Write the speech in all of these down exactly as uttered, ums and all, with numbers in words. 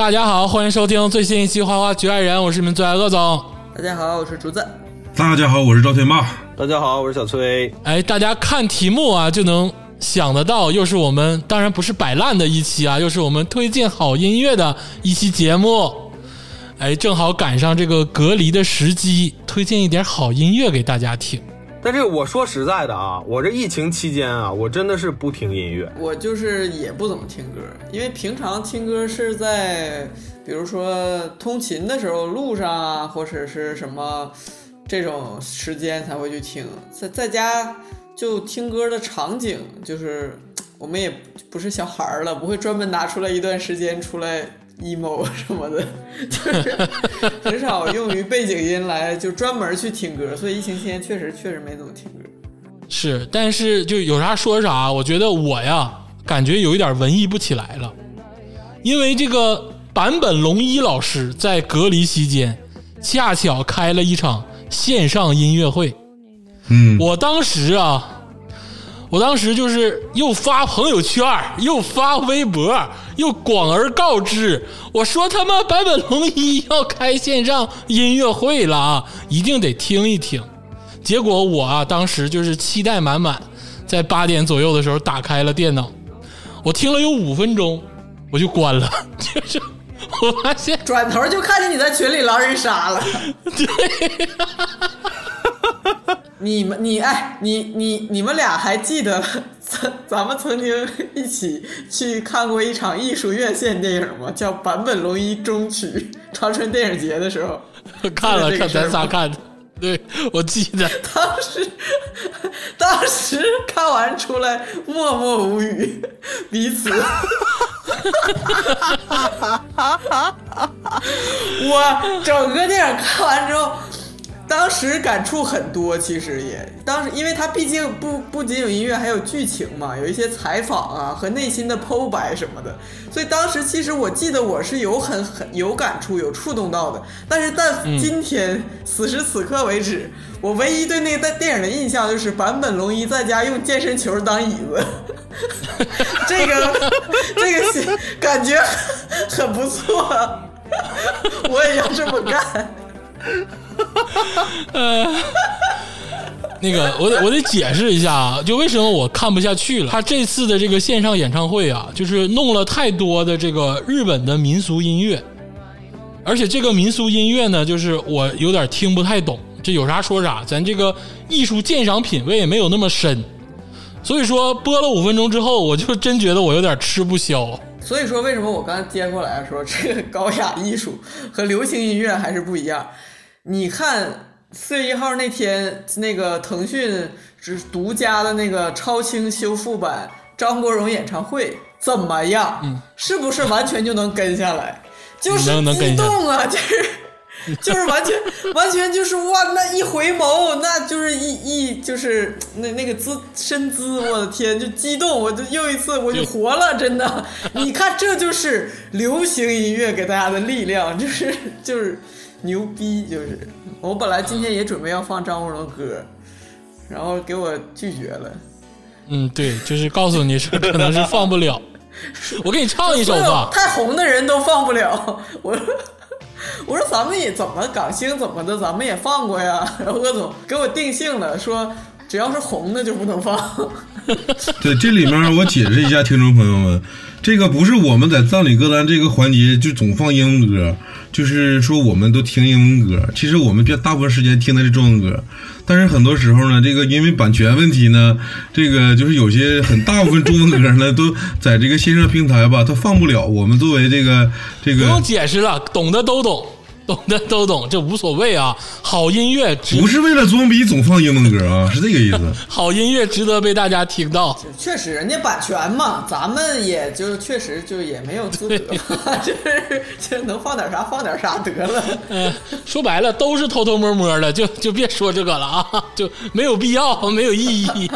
大家好，欢迎收听最新一期《花花局外人》，我是你们最爱鄂总。 大家好，我是竹子。 大家好，我是赵天霸。 大家好，我是小崔。 哎，大家看题目啊，就能想得到，又是我们当然不是摆烂的一期啊，又是我们推荐好音乐的一期节目。哎，正好赶上这个隔离的时机，推荐一点好音乐给大家听。 但是我说实在的啊，我这疫情期间啊，我真的是不听音乐。 我就是也不怎么听歌，因为平常听歌是在比如说通勤的时候路上啊，或者是什么这种时间才会去听。在在家就听歌的场景，就是我们也不是小孩了，不会专门拿出来一段时间出来emo 什么的，就是很少用于背景音来就专门去听歌，所以疫情期间确实确实没怎么听歌。 是，但是就有啥说啥，我觉得我呀感觉有一点文艺不起来了，因为这个坂本龙一老师在隔离期间恰巧开了一场线上音乐会。 嗯， 我当时啊我当时就是又发朋友圈又发微博又广而告之，我说他妈坂本龙一要开线上音乐会了啊，一定得听一听。结果我啊当时就是期待满满，在八点左右的时候打开了电脑，我听了有五分钟我就关了，就是我发现转头就看见你在群里狼人杀了。 对你们你哎你你你们俩还记得咱咱们曾经一起去看过一场艺术院线电影吗？叫《坂本龙一终曲》，长春电影节的时候看了看咱仨看的。对，我记得当时当时看完出来默默无语，彼此我整个电影看完之后当时感触很多，其实也当时因为它毕竟不不仅有音乐还有剧情嘛，有一些采访啊和内心的剖白什么的，所以当时其实我记得我是有很很有感触有触动到的。但是到今天、嗯、此时此刻为止，我唯一对那个电影的印象就是坂本龙一在家用健身球当椅子这个这个感觉很不错，我也要这么干。 呃，那个我得我得解释一下啊，就为什么我看不下去了。他这次的这个线上演唱会啊，就是弄了太多的这个日本的民俗音乐，而且这个民俗音乐呢，就是我有点听不太懂，这有啥说啥，咱这个艺术鉴赏品味也没有那么深，所以说播了五分钟之后，我就真觉得我有点吃不消。 所以说为什么我刚才接过来说这个高雅艺术和流行音乐还是不一样。你看四月一号那天那个腾讯只独家的那个超清修复版张国荣演唱会怎么样、嗯、是不是完全就能跟下来？就是激动啊，就是就是完全完全就是哇，那一回眸那就是一一就是那那个姿身姿，我的天，就激动，我就又一次我就活了，真的。你看这就是流行音乐给大家的力量，就是就是牛逼。就是我本来今天也准备要放张国荣的歌，然后给我拒绝了。 嗯，对，就是告诉你是可能是放不了。我给你唱一首吧。 太红的人都放不了。我我说咱们也怎么港星怎么的咱们也放过呀，然后鄂总给我定性了，说只要是红的就不能放。 对，这里面我解释一下听众朋友们，这个不是我们在葬礼歌单这个环节就总放英文歌，就是说我们都听英文歌，其实我们大部分时间听的是中文歌，但是很多时候呢，这个因为版权问题呢，这个就是有些很大部分中文歌呢都在这个线上平台吧，它放不了。我们作为这个这个不用解释了，懂的都懂，懂的都懂，这无所谓啊。好音乐不是为了装逼总放英文歌啊，是这个意思。 好音乐值得被大家听到。 确实人家版权嘛，咱们也就确实就也没有资格，就是就能放点啥放点啥得了。 呃，说白了都是偷偷摸摸的，就就别说这个了啊，就没有必要，没有意义。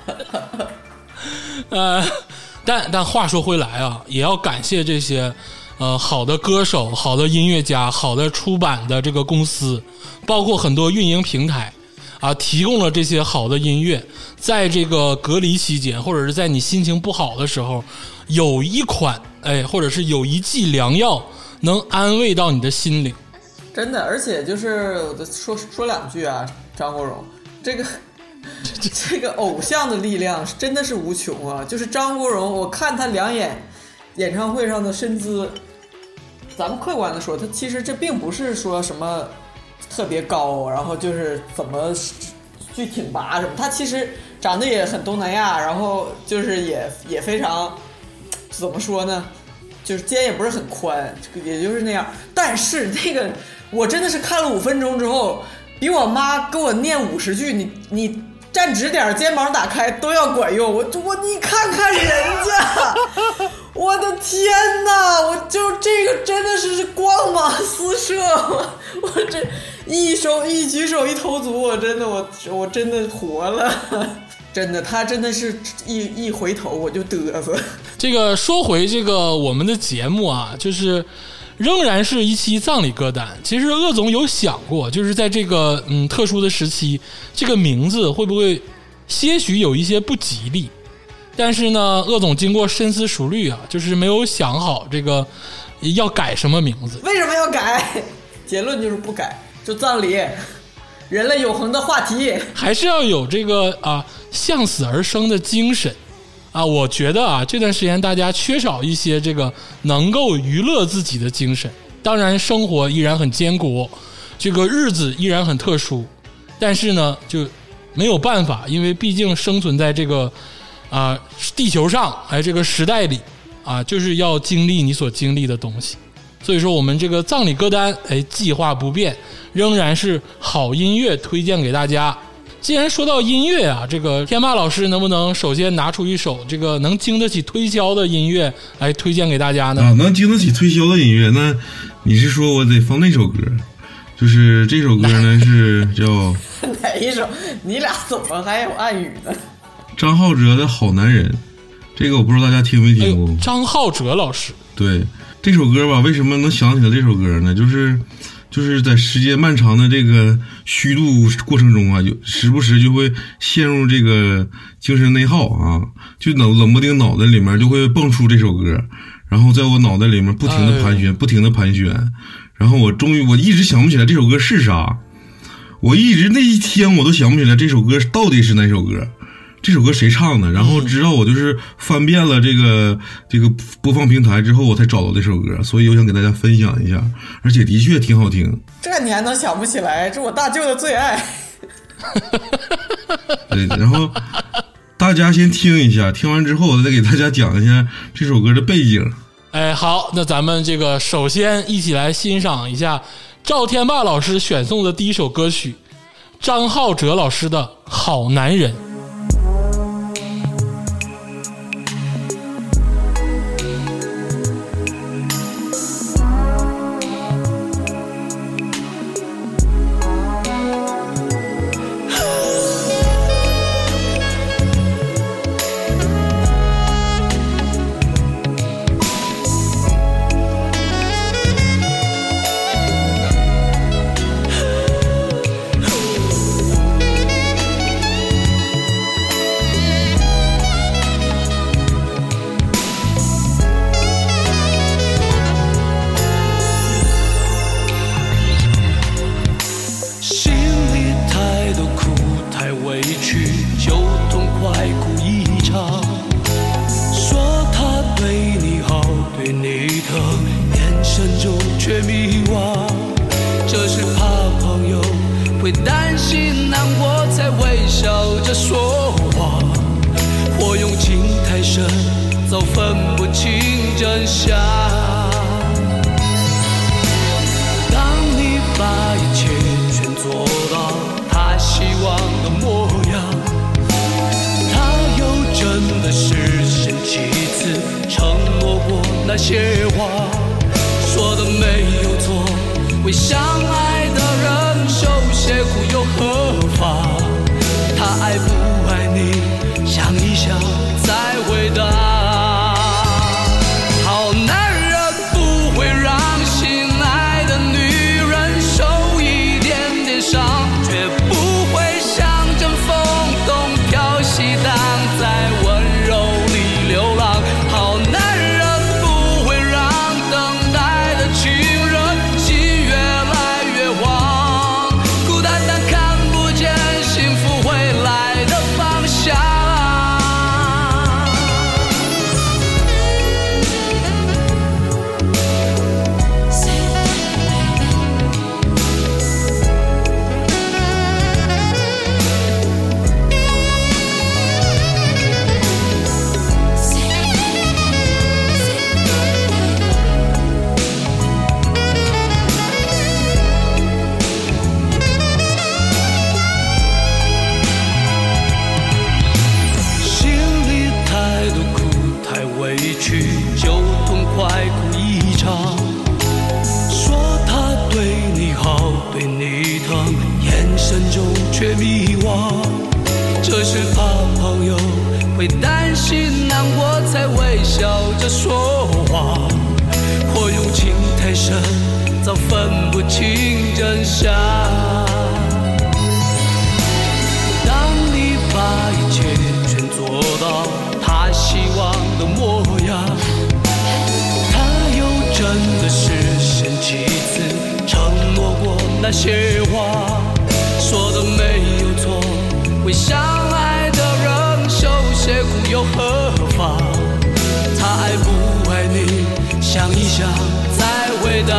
呃，但但话说回来啊，也要感谢这些呃好的歌手、好的音乐家、好的出版的这个公司，包括很多运营平台啊，提供了这些好的音乐，在这个隔离期间，或者是在你心情不好的时候，有一款哎，或者是有一剂良药， 能安慰到你的心灵。 真的，而且就是说说两句啊，张国荣这个这个偶像的力量真的是无穷啊！就是张国荣，我看他两眼演唱会上的身姿，咱们客观的说，他其实这并不是说什么特别高，然后就是怎么巨挺拔什么，他其实长得也很东南亚，然后就是也也非常怎么说呢？就是肩也不是很宽，也就是那样。但是那个我真的是看了五分钟之后，比我妈给我念五十句，你你站直点，肩膀打开都要管用。我我你看看人家，我的天哪！我就这个真的是光芒四射，我我这一手一举手一投足，我真的我我真的活了。真的，他真的是一一回头我就嘚瑟。 这个说回这个我们的节目啊，就是仍然是一期葬礼歌单。其实鄂总有想过，就是在这个嗯特殊的时期，这个名字会不会些许有一些不吉利？但是呢，鄂总经过深思熟虑啊，就是没有想好这个要改什么名字。 为什么要改？结论就是不改，就葬礼。人类永恒的话题还是要有这个啊向死而生的精神啊！我觉得啊这段时间大家缺少一些这个能够娱乐自己的精神。当然生活依然很艰苦，这个日子依然很特殊，但是呢就没有办法，因为毕竟生存在这个啊地球上，哎这个时代里啊，就是要经历你所经历的东西。所以说我们这个葬礼歌单哎计划不变，仍然是好音乐推荐给大家。既然说到音乐啊，这个天霸老师能不能首先拿出一首这个能经得起推销的音乐来推荐给大家呢？ 啊，能经得起推销的音乐，那你是说我得放那首歌？就是这首歌呢是叫哪一首？你俩怎么还有暗语呢？ 张浩哲的好男人，这个我不知道大家听没听过。 哎、张浩哲老师， 对这首歌吧，为什么能想起来这首歌呢？就是就是在时间漫长的这个虚度过程中啊，就时不时就会陷入这个精神内耗啊，就冷冷不丁脑袋里面就会蹦出这首歌，然后在我脑袋里面不停的盘旋，哎、不停的盘旋，然后我终于我一直想不起来这首歌是啥，我一直那一天我都想不起来这首歌到底是哪首歌。这首歌谁唱的？然后直到我就是翻遍了这个这个播放平台之后，我才找到这首歌，所以我想给大家分享一下，而且的确挺好听。 这你还能想不起来？这我大舅的最爱。 对，然后大家先听一下，听完之后我再给大家讲一下这首歌的背景。 哎，好，那咱们这个首先一起来欣赏一下赵天霸老师选送的第一首歌曲，张浩哲老师的《好男人》。 那些话说的没有错，为相爱的人受些苦又何妨？他爱不爱你，想一想再回答。好男人不会让心爱的女人受一点点伤，绝不会像阵风东飘西荡，在温柔里流浪。好男人不会让等待的情清真相。当你把一切全做到他希望的模样，他又真的是神几次承诺过那些话，说的没有错，为相爱的人受些苦又何妨？他爱不爱你，想一想再回答。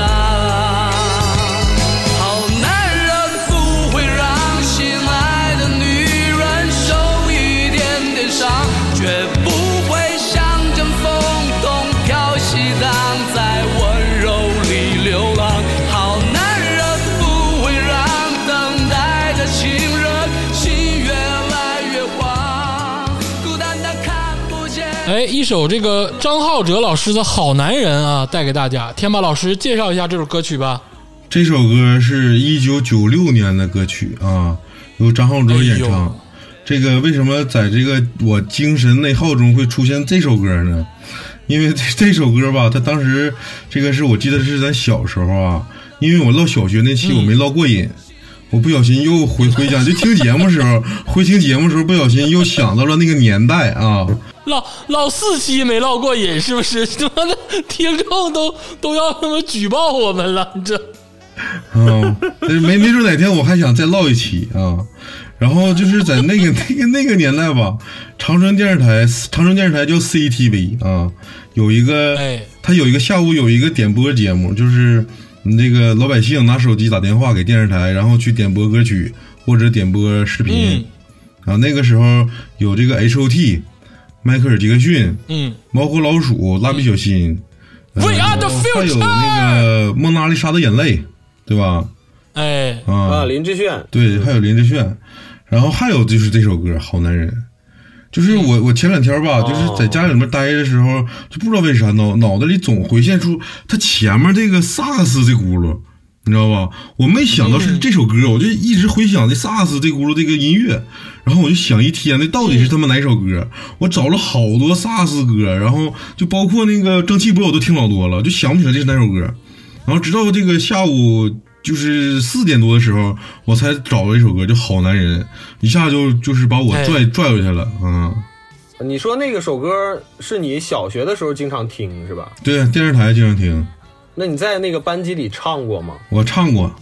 好男人不会让心爱的女人受一点点伤，绝不会像阵风东飘西荡，在温柔里流浪。好男人不会让等待的情人心越来越慌，孤单的看不见。 哎，一首这个张浩哲老师的好男人啊，带给大家。天马老师介绍一下这首歌曲吧。 这首歌是一九九六年的歌曲啊，由张浩哲演唱。哎、这个为什么在这个我精神内耗中会出现这首歌呢？因为这首歌吧，他当时这个是我记得是咱小时候啊，因为我唠小学那期我没唠过瘾。嗯，我不小心又回回想，就听节目时候，回听节目时候不小心又想到了那个年代啊。 唠唠四期没唠过瘾，是不是？他妈的听众都都要他妈举报我们了，这。 啊，没没准哪天我还想再唠一期啊。然后就是在那个那个那个年代吧，长春电视台，长春电视台叫 C T V 啊，有一个，哎，他有一个下午有一个点播节目，就是那个老百姓拿手机打电话给电视台，然后去点播歌曲或者点播视频。嗯、啊，那个时候有这个 H O T。迈克尔·杰克逊，嗯，猫和老鼠，蜡笔小新， 嗯、We are the future， 还有那个蒙娜丽莎的眼泪，对吧？ 哎， 啊， 啊林志炫， 对，还有林志炫，然后还有就是这首歌《好男人》，就是我我前两天吧，就是在家里面待的时候，就不知道为啥脑脑袋里总回现出他前面这个萨克斯这轱辘。你知道吧？我没想到是这首歌，我就一直回想这萨克斯这轱辘这个音乐，然后我就想一天，那到底是他妈哪首歌？我找了好多萨克斯歌，然后就包括那个蒸汽波我都听老多了，就想不起来这是哪首歌。然后直到这个下午就是四点多的时候，我才找了一首歌叫《好男人》，一下就就是把我拽、哎、拽回去了。嗯， 你说那个首歌是你小学的时候经常听是吧？ 对，电视台经常听。 那你在那个班级里唱过吗？ 我唱过。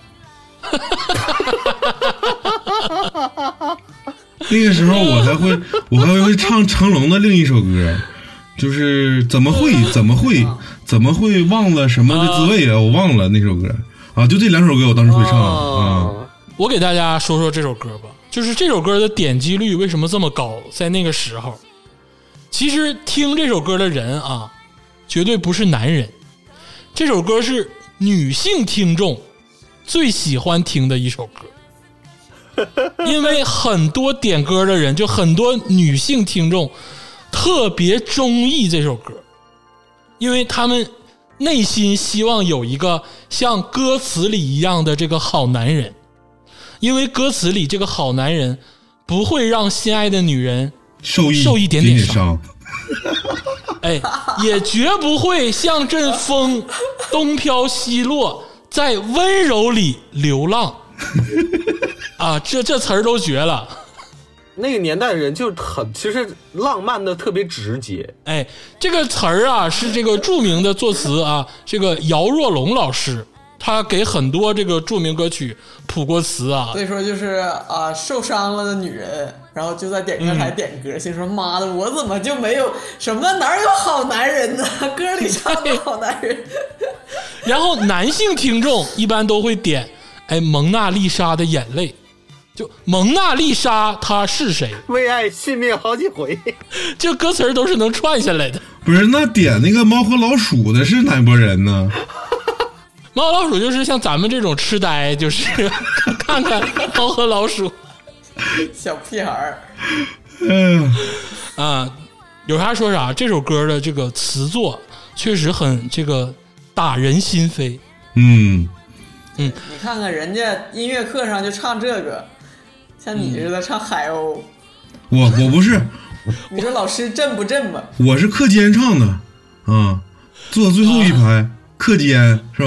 那个时候我还会，我还会唱成龙的另一首歌，就是怎么会怎么会怎么会忘了什么的滋味啊？我忘了那首歌啊，就这两首歌我当时会唱啊。 我给大家说说这首歌吧，就是这首歌的点击率为什么这么高？在那个时候，其实听这首歌的人啊，绝对不是男人。这首歌是女性听众最喜欢听的一首歌，因为很多点歌的人，就很多女性听众特别中意这首歌，因为他们内心希望有一个像歌词里一样的这个好男人，因为歌词里这个好男人不会让心爱的女人受一受一点点伤， 哎，也绝不会像阵风东飘西落，在温柔里流浪。啊，这这词儿都绝了。 那个年代的人就很，其实浪漫的特别直接。 哎，这个词儿啊，是这个著名的作词啊，这个姚若龙老师，他给很多这个著名歌曲谱过词啊。 所以说就是啊，受伤了的女人，然后就在点歌台点歌，嗯、心说妈的，我怎么就没有什么哪有好男人呢？歌里唱的好男人。 然后男性听众一般都会点，哎，蒙娜丽莎的眼泪。就蒙娜丽莎她是谁？ 为爱殉命好几回， 这歌词都是能串下来的。 不是，那点那个猫和老鼠的是哪拨人呢？ 猫和老鼠就是像咱们这种痴呆，就是看看猫和老鼠， 小屁孩儿。 嗯啊，有啥说啥。这首歌的这个词作确实很这个打人心扉。 嗯嗯， 你看看人家音乐课上就唱这个。像你似的唱海鸥、 嗯、我我不是你说老师震不震吧？ 我是课间唱的啊，坐最后一排、啊、课间是吧？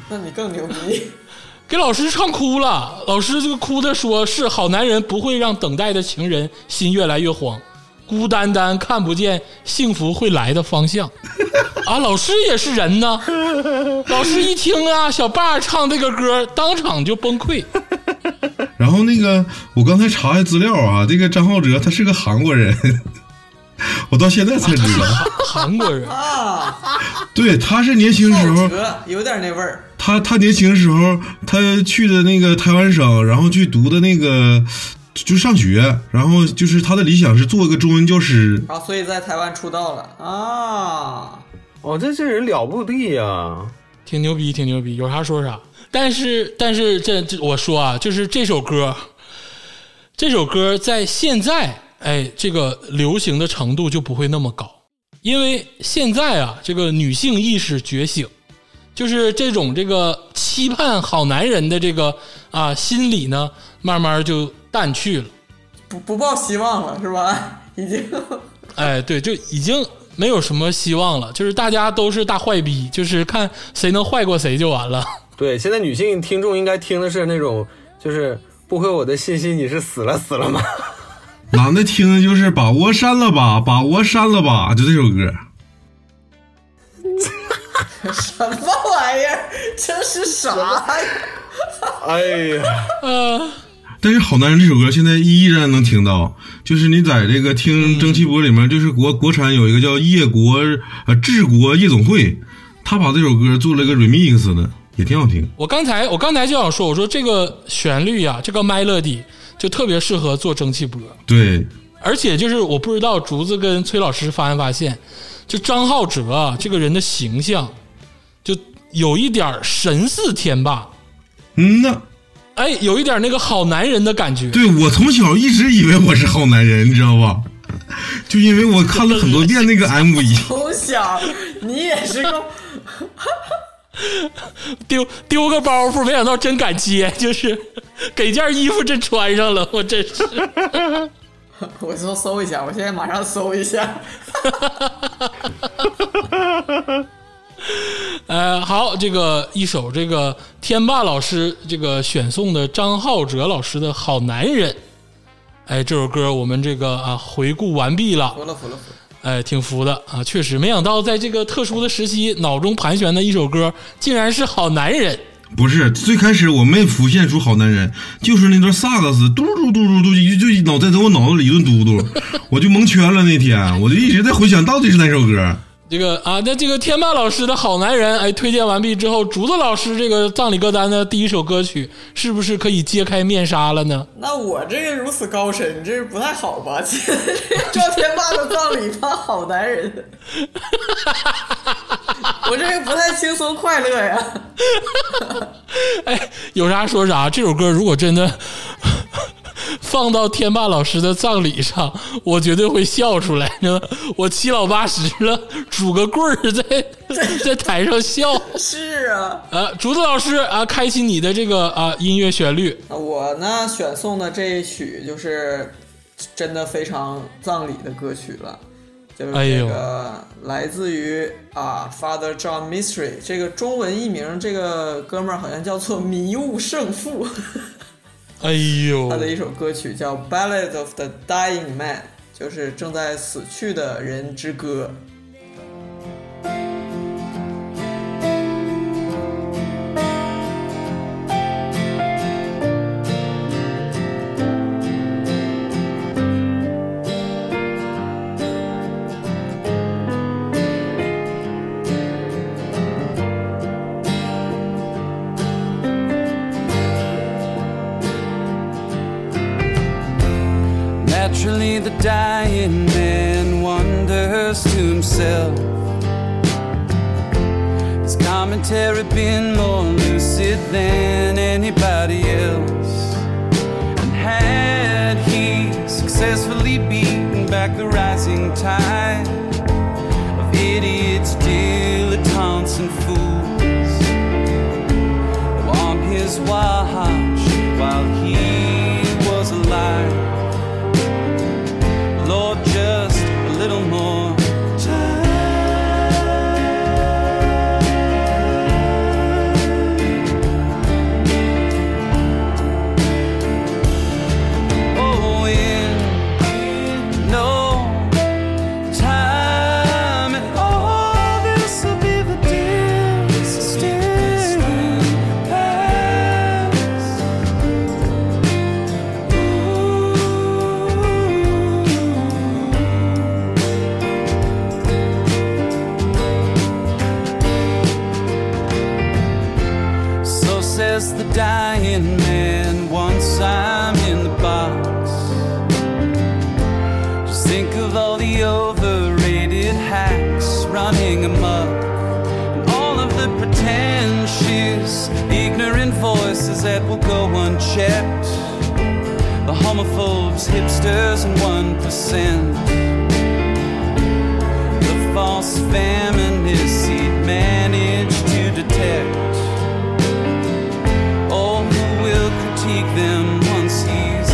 那你更牛逼。 给老师唱哭了，老师这个哭的说是好男人不会让等待的情人心越来越慌，孤单单看不见幸福会来的方向啊！老师也是人呢，老师一听啊小爸唱这个歌当场就崩溃。 然后那个我刚才查下资料啊，这个张浩哲他是个韩国人，我到现在才知道、 啊、韩国人啊， 对，他是年轻时候有点那味儿。 他他年轻时候他去的那个台湾省，然后去读的那个就上学，然后就是他的理想是做一个中文教师啊，所以在台湾出道了啊。 哦，这这人了不地呀、啊， 挺牛逼，挺牛逼，有啥说啥。但是但是这这我说啊，就是这首歌，这首歌在现在哎这个流行的程度就不会那么高，因为现在啊这个女性意识觉醒。就是这种这个期盼好男人的这个啊心理呢，慢慢就淡去了， 不不抱希望了是吧？已经， 哎，对，就已经没有什么希望了。就是大家都是大坏逼，就是看谁能坏过谁就完了。 对，现在女性听众应该听的是那种，就是不回我的信息，你是死了死了吗？ 男的听的就是把我删了吧，把我删了吧，就这首歌。 什么玩意儿？这是啥呀？ 哎呀， 呃， 但是好男人这首歌现在依然能听到，就是你在这个听蒸汽波里面，就是国国产有一个叫夜国呃治国夜总会，他把这首歌做了一个 remix 的，也挺好听。 我刚才我刚才就想说，我说这个旋律呀、啊，这个 melody 就特别适合做蒸汽波。 对， 而且就是我不知道竹子跟崔老师发没发现，就张浩哲啊这个人的形象。就有一点神似天霸， 嗯呐， 哎，有一点那个好男人的感觉。 对，我从小一直以为我是好男人，你知道吧？就因为我看了很多遍那个 M V。 从小你也是个丢丢个包袱，没想到真敢接，就是给件衣服真穿上了，我真是。 我搜搜一下，我现在马上搜一下。 呃，好，这个一首这个天霸老师这个选送的张浩哲老师的好男人，哎，这首歌我们这个啊回顾完毕了， 服了服了服了， 哎，挺服的啊，确实没想到在这个特殊的时期，脑中盘旋的一首歌竟然是好男人。 不是，最开始我没浮现出好男人，就是那段萨克斯嘟嘟嘟嘟嘟，就就脑袋在我脑子里一顿嘟嘟，我就蒙圈了。那天我就一直在回想到底是哪首歌。 这个啊，那这个天霸老师的好男人，哎，推荐完毕之后，竹子老师这个葬礼歌单的第一首歌曲，是不是可以揭开面纱了呢？ 那我这个如此高深，这不太好吧？赵天霸的葬礼放好男人，我这个不太轻松快乐呀。 哎，有啥说啥，这首歌如果真的放到天霸老师的葬礼上，我绝对会笑出来。我七老八十了，拄个棍儿在在台上笑。 是啊， 呃，竹子老师啊，开启你的这个啊音乐旋律。 我呢选送的这一曲就是真的非常葬礼的歌曲了，就是这个来自于啊 Father John Mistry， 这个中文译名这个哥们儿好像叫做迷雾圣父。 哎呦， 他的一首歌曲叫 Ballad of the Dying Man， 就是正在死去的人之歌。 Naturally, the dying man wonders to himself, his commentary been more lucid than anybody else? And had he successfully beaten back the rising tide of idiots, dilettantes, and fools on his watch while he was alive? Lord, just a little more time. says the dying man once I'm in the box. Just think of all the overrated hacks running amok, and all of the pretentious, ignorant voices that will go unchecked. The homophobes, hipsters, and one percent. The false feminists he'd managed to detect. Oh, who will critique them once he's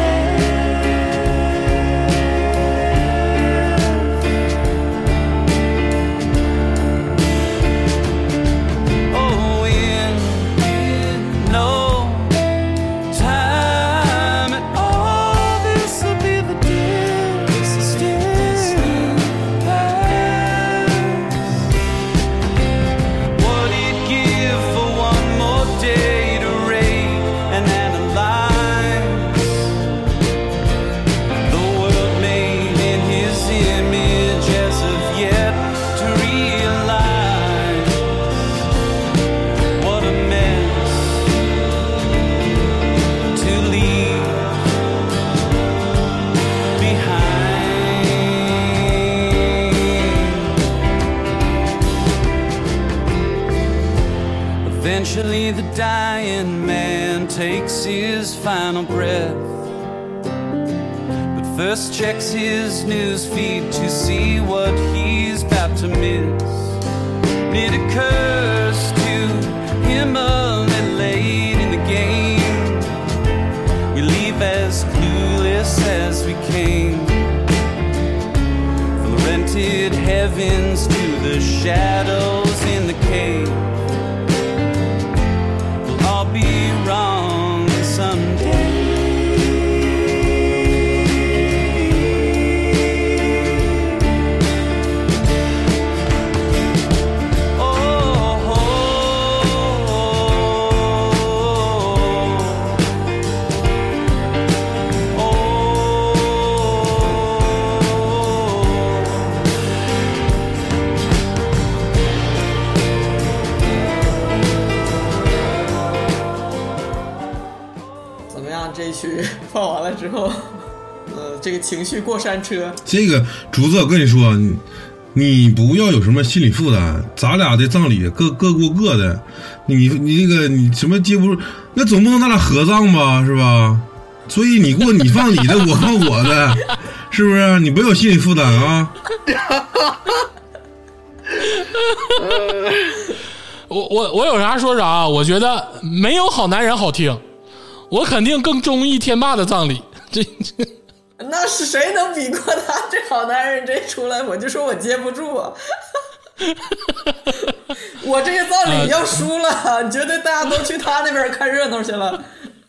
Eventually the dying man takes his final breath, but first checks his news feed to see what he's about to miss. It occurs to him a little late in the game. We leave as clueless as we came, from the rented heavens to the shadows in the cave. I'll be wrong someday. Oh, oh, oh, oh. 这一曲放完了之后，呃，这个情绪过山车。 这个竹子，我跟你说，你你不要有什么心理负担，咱俩的葬礼各各过各的，你你这个你什么接不住，那总不能咱俩合葬吧，是吧？所以你过你放你的，我放我的，是不是？你不要有心理负担啊。 我我我有啥说啥，我觉得没有好男人好听。我肯定更中意天霸的葬礼，这那是谁能比过他？这好男人这出来，我就说我接不住啊！我这个葬礼要输了，呃、绝对大家都去他那边看热闹去了。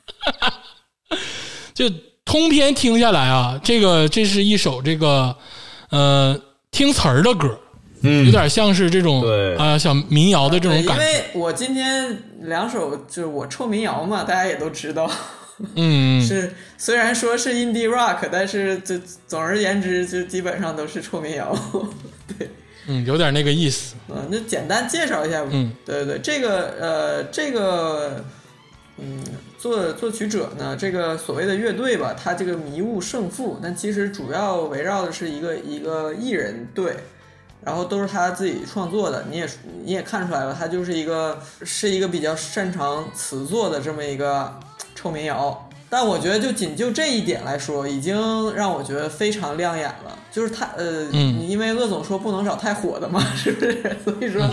就通篇听下来啊，这个这是一首这个呃听词儿的歌。嗯，有点像是这种啊、呃、小民谣的这种感觉。 因为我今天两首就是我臭民谣嘛，大家也都知道。 嗯， 是虽然说是 indie rock， 但是就总而言之就基本上都是臭民谣。对， 嗯，有点那个意思。 嗯，那简单介绍一下。 嗯， 对对，这个呃这个嗯作作曲者呢，这个所谓的乐队吧，他这个迷雾胜负，但其实主要围绕的是一个一个艺人队。然后都是他自己创作的，你也你也看出来了，他就是一个是一个比较擅长词作的这么一个臭民谣。但我觉得就仅就这一点来说，已经让我觉得非常亮眼了。就是他呃，嗯、因为鄂总说不能找太火的嘛，是不是？所以说，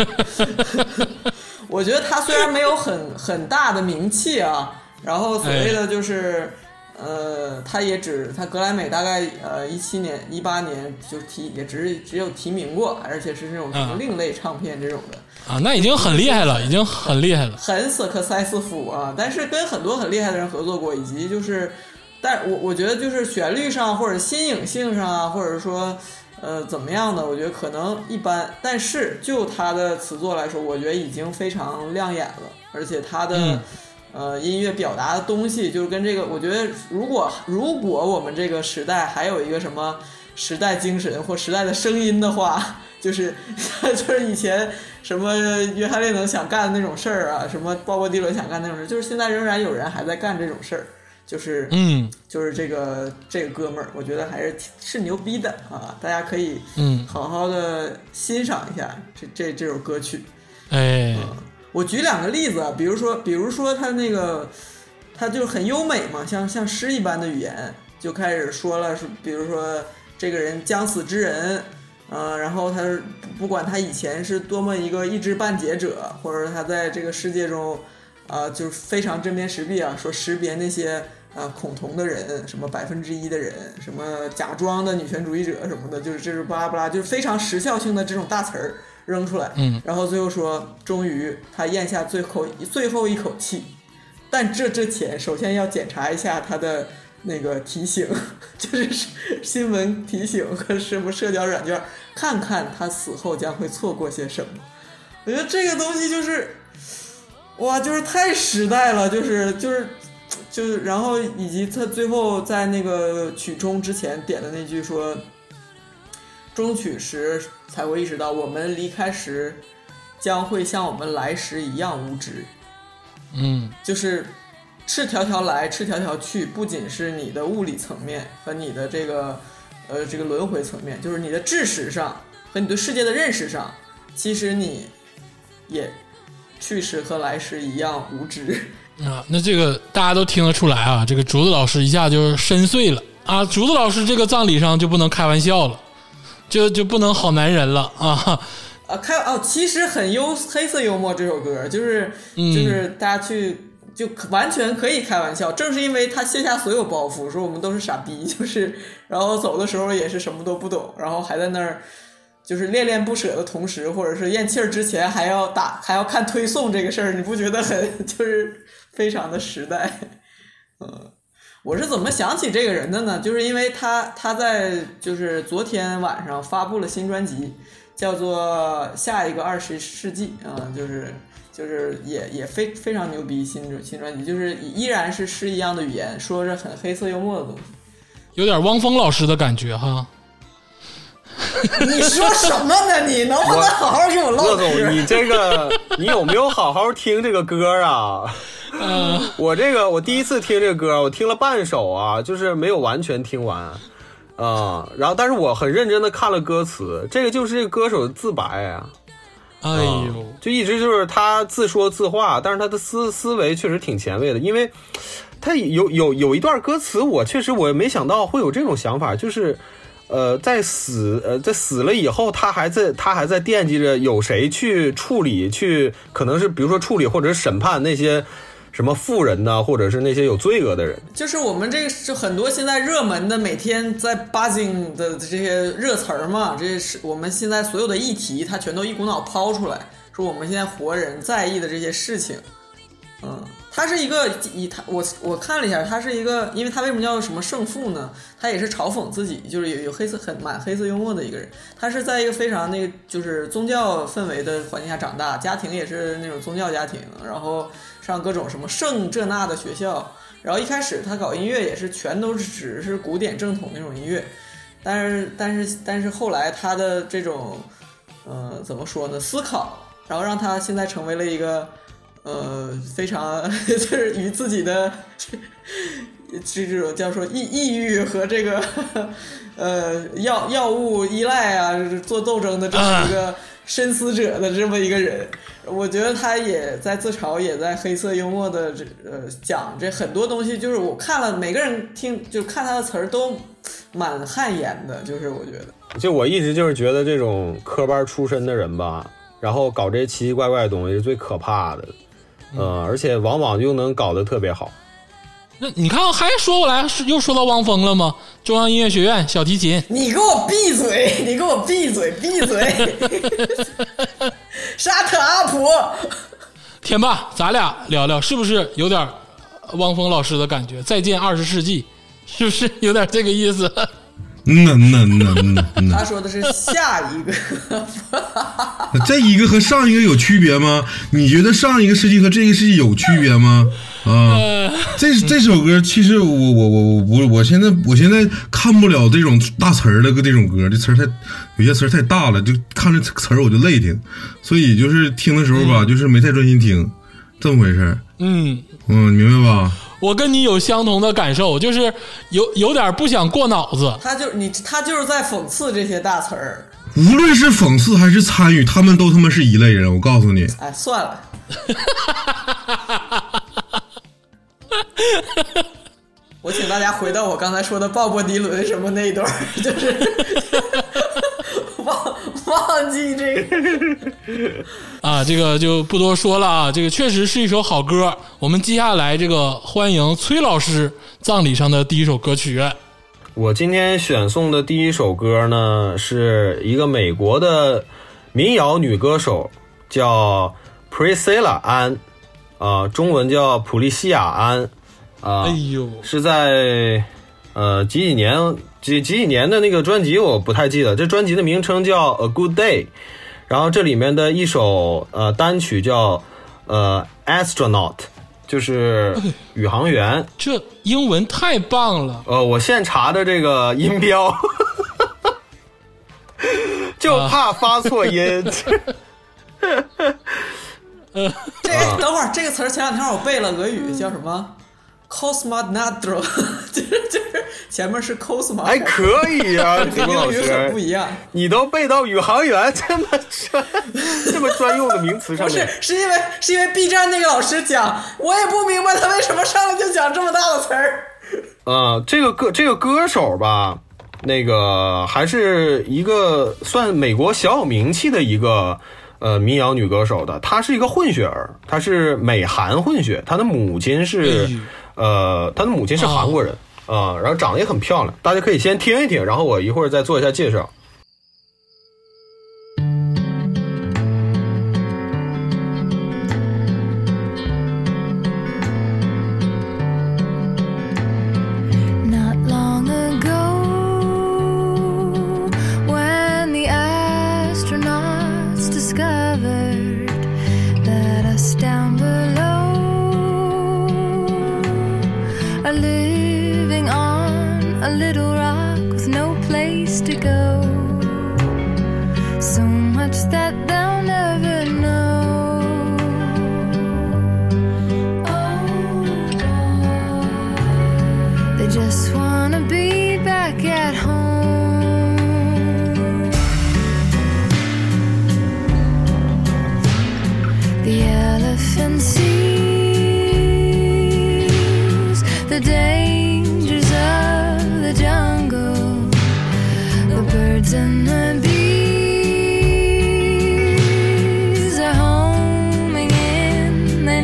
我觉得他虽然没有很很大的名气啊，然后所谓的就是。哎呃，他也只他格莱美大概呃一七年一八年就提也只只有提名过，而且是这种什么另类唱片这种的啊，那已经很厉害了，已经很厉害了， 很瑟克塞斯夫啊。但是跟很多很厉害的人合作过，以及就是，但我我觉得就是旋律上或者新颖性上啊，或者说呃怎么样的，我觉得可能一般。但是就他的词作来说，我觉得已经非常亮眼了，而且他的。嗯呃，音乐表达的东西就是跟这个，我觉得如果如果我们这个时代还有一个什么时代精神或时代的声音的话，就是就是以前什么约翰列侬想干的那种事儿啊，什么鲍勃迪伦想干的那种事儿，就是现在仍然有人还在干这种事儿。就是嗯， 就是这个这个哥们儿，我觉得还是是牛逼的啊！大家可以嗯好好的欣赏一下这这这首歌曲。 哎， 嗯，我举两个例子啊，比如说比如说他那个他就很优美嘛，像像诗一般的语言，就开始说了是，比如说这个人将死之人，呃，然后他不管他以前是多么一个一知半解者，或者他在这个世界中。啊、呃，就是非常针砭时弊啊，说识别那些呃恐同的人，什么百分之一的人，什么假装的女权主义者什么的，就是这是巴拉巴拉，就是非常时效性的这种大词儿扔出来， 嗯， 然后最后说，终于他咽下最后最后一口气，但这之前首先要检查一下他的那个提醒，就是新闻提醒和什么社交软件，看看他死后将会错过些什么。我觉得这个东西就是。哇，就是太时代了，就是就是就是，然后以及他最后在那个曲终之前点的那句说，终曲时才会意识到，我们离开时将会像我们来时一样无知。 嗯， 就是赤条条来，赤条条去，不仅是你的物理层面和你的这个呃这个轮回层面，就是你的知识上和你对世界的认识上，其实你也。去时和来时一样无知啊，那这个大家都听得出来啊，这个竹子老师一下就深邃了啊，竹子老师这个葬礼上就不能开玩笑了，就就不能好男人了啊啊！开哦，其实很幽黑色幽默这首歌，就是就是大家去就完全可以开玩笑，正是因为他卸下所有包袱，说我们都是傻逼，就是然后走的时候也是什么都不懂，然后还在那儿。就是恋恋不舍的同时，或者是咽气儿之前还要打还要看推送这个事儿，你不觉得很就是非常的时代？嗯，我是怎么想起这个人的呢？就是因为他他在就是昨天晚上发布了新专辑，叫做《下一个二十世纪》啊、嗯，就是就是也也非非常牛逼新新专辑，就是依然是诗一样的语言，说着很黑色幽默的东西， 有点汪峰老师的感觉哈。 你说什么呢？你能不能好好给我唠嗑？ 乐总，你这个你有没有好好听这个歌啊？ 嗯， 我这个我第一次听这个歌，我听了半首啊，就是没有完全听完啊、呃。然后，但是我很认真的看了歌词，这个就是这个歌手的自白啊。 哎呦、呃， 就一直就是他自说自话，但是他的思思维确实挺前卫的，因为他有有有一段歌词，我确实我也没想到会有这种想法，就是。呃，在死呃，在死了以后，他还在他还在惦记着有谁去处理，去可能是比如说处理或者是审判那些什么富人呢，或者是那些有罪恶的人。 就是我们这个是很多现在热门的，每天在 buzzing 的这些热词儿嘛，这是我们现在所有的议题，它全都一股脑抛出来，说我们现在活人在意的这些事情。嗯，他是一个以他我我看了一下，他是一个，因为他为什么叫什么圣父呢？他也是嘲讽自己，就是有有黑色很满黑色幽默的一个人。他是在一个非常那个就是宗教氛围的环境下长大，家庭也是那种宗教家庭，然后上各种什么圣这那的学校。然后一开始他搞音乐也是全都是只是古典正统那种音乐，但是但是但是后来他的这种呃怎么说呢思考，然后让他现在成为了一个。呃，非常就是与自己的这这种叫说抑抑郁和这个呃药药物依赖啊做斗争的这么一个深思者的这么一个人，我觉得他也在自嘲，也在黑色幽默的这呃讲这很多东西，就是我看了每个人听就看他的词儿都蛮汗颜的，就是我觉得， 就我一直就是觉得这种科班出身的人吧，然后搞这些奇奇怪怪的东西是最可怕的。呃，而且往往又能搞得特别好。 那你看，还说过来，又说到汪峰了吗？中央音乐学院小提琴， 你给我闭嘴！你给我闭嘴！闭嘴！沙特阿婆， 天霸，咱俩聊聊，是不是有点汪峰老师的感觉？再见二十世纪，是不是有点这个意思？ 嗯嗯嗯嗯嗯， 他说的是下一个， 这一个和上一个有区别吗？你觉得上一个世纪和这个世纪有区别吗？啊， 这这首歌其实我我我我我我现在我现在看不了这种大词儿的这种歌，这词儿太有些词儿太大了，就看这词儿我就累听，所以就是听的时候吧，嗯、就是没太专心听，这么回事。 嗯嗯，你明白吧？ 我跟你有相同的感受，就是有有点不想过脑子。 他就你他就是在讽刺这些大词儿。 无论是讽刺还是参与，他们都他妈是一类人。我告诉你， 哎，算了。我请大家回到我刚才说的鲍勃迪伦什么那一段，就是忘忘记这个啊，这个就不多说了啊。这个确实是一首好歌。我们接下来这个欢迎崔老师葬礼上的第一首歌曲。 我今天选送的第一首歌呢，是一个美国的民谣女歌手，叫 Priscilla 安，啊、呃，中文叫普利西亚安，啊、呃， 哎呦， 是在呃几几年几几几年的那个专辑我不太记得，这专辑的名称叫 A Good Day， 然后这里面的一首呃单曲叫呃 Astronaut。就是宇航员， 这英文太棒了。 呃，我现查的这个音标，就怕发错音。 呃，这个等会儿这个词儿前两天我背了俄语，叫什么 ？Cosmonauts， 就是就是前面是 cosmo， 哎，可以啊， 和英语很不一样。 你都背到宇航员这么这么专用的名词上面， 不是，是因为是因为 B 站那个老师讲，我也不明白他为什么上来就讲这么大的词儿。 呃，这个歌这个歌手吧，那个还是一个算美国小有名气的一个呃民谣女歌手的，她是一个混血儿，她是美韩混血，她的母亲是、哎、呃，她的母亲是韩国人啊、哦呃，然后长得也很漂亮，大家可以先听一听，然后我一会儿再做一下介绍。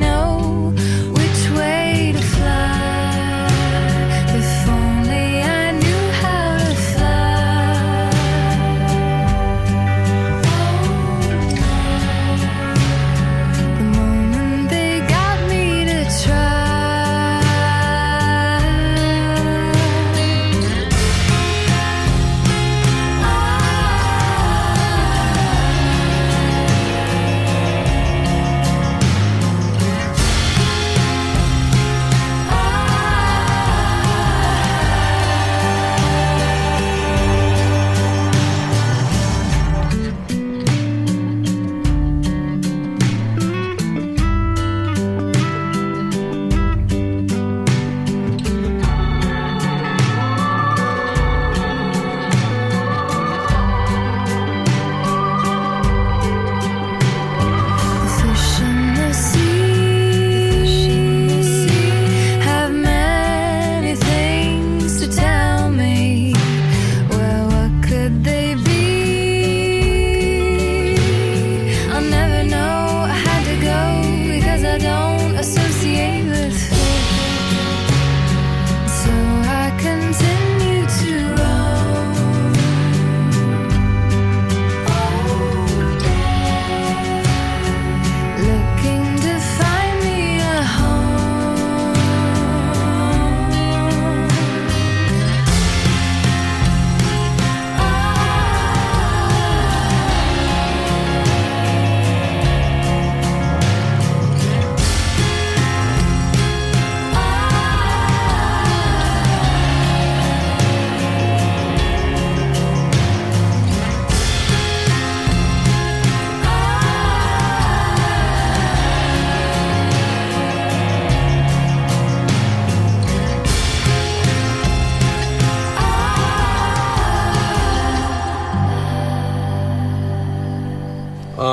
If only I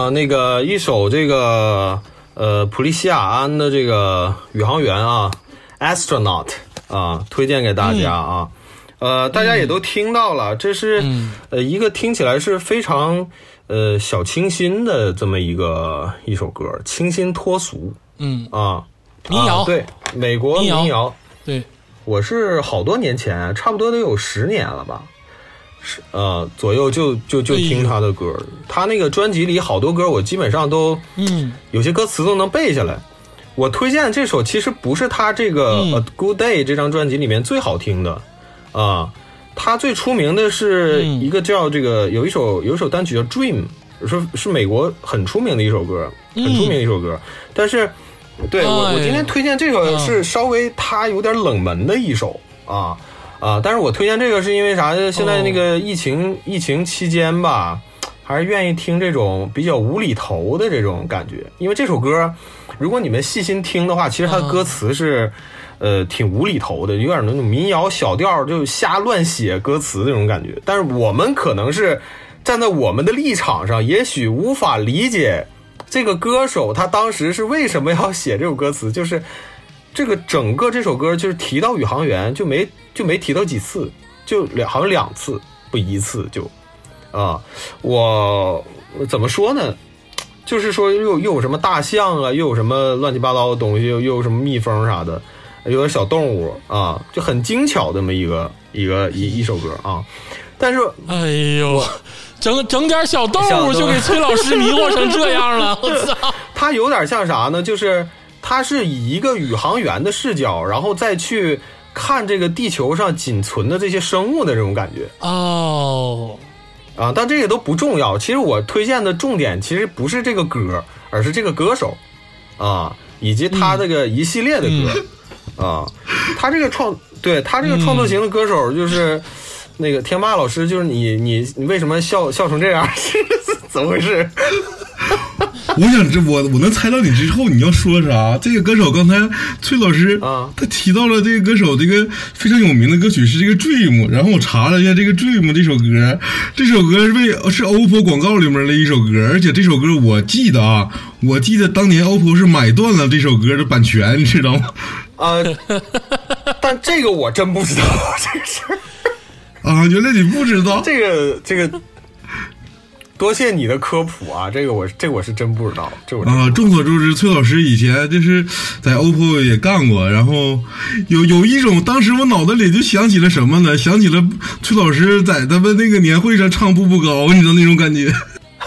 啊，那个一首这个呃普利西亚安的这个宇航员啊 ，astronaut 啊，推荐给大家啊。嗯、呃，大家也都听到了，这是、嗯、呃一个听起来是非常呃小清新的这么一个一首歌，清新脱俗。嗯啊， 民谣、 啊、对，美国民谣，民谣对， 我是好多年前，差不多得有十年了吧。是呃左右就就就听他的歌，他那个专辑里好多歌我基本上都嗯有些歌词都能背下来。我推荐这首其实不是他这个、嗯、A Good Day 这张专辑里面最好听的啊，他最出名的是一个叫这个、嗯、有一首有一首单曲叫 Dream， 是是美国很出名的一首歌，很出名的一首歌，嗯、但是对我我今天推荐这个是稍微他有点冷门的一首啊。啊，但是我推荐这个是因为啥？现在那个疫情、oh. 疫情期间吧，还是愿意听这种比较无厘头的这种感觉。因为这首歌，如果你们细心听的话，其实它的歌词是， uh. 呃，挺无厘头的，有点那种民谣小调，就瞎乱写歌词那种感觉。但是我们可能是站在我们的立场上，也许无法理解这个歌手他当时是为什么要写这首歌词，就是。这个整个这首歌就是提到宇航员就没就没提到几次，就两好像两次不一次就啊，我怎么说呢？就是说又又有什么大象啊，又有什么乱七八糟的东西，又又有什么蜜蜂啥的，有点小动物啊，就很精巧这么一个一个一一首歌啊。但是哎呦，整整点小动物就给崔老师迷惑成这样了，我操！ 他有点像啥呢？就是他是以一个宇航员的视角，然后再去看这个地球上仅存的这些生物的这种感觉哦。 啊，但这个都不重要。其实我推荐的重点其实不是这个歌，而是这个歌手啊，以及他这个一系列的歌、嗯、啊。他这个创对他这个创作型的歌手就是。嗯那个天霸老师，就是你，你你为什么笑笑成这样？怎么回事？ 我想知我我能猜到你之后你要说啥。这个歌手刚才崔老师啊，他提到了这个歌手这个非常有名的歌曲是这个 Dream， 然后我查了一下这个 Dream 这首歌，这首歌是为是 O P P O 广告里面的一首歌，而且这首歌我记得啊，我记得当年 O P P O 是买断了这首歌的版权，你知道吗？ 啊、呃，但这个我真不知道这个事儿。 啊，原来你不知道这个这个，多谢你的科普啊！这个我这个我是真不知道。这我啊，众所周知，崔老师以前就是在 O P P O 也干过，然后有有一种，当时我脑袋里就想起了什么呢？想起了崔老师在他们那个年会上唱《步步高》，你知道那种感觉。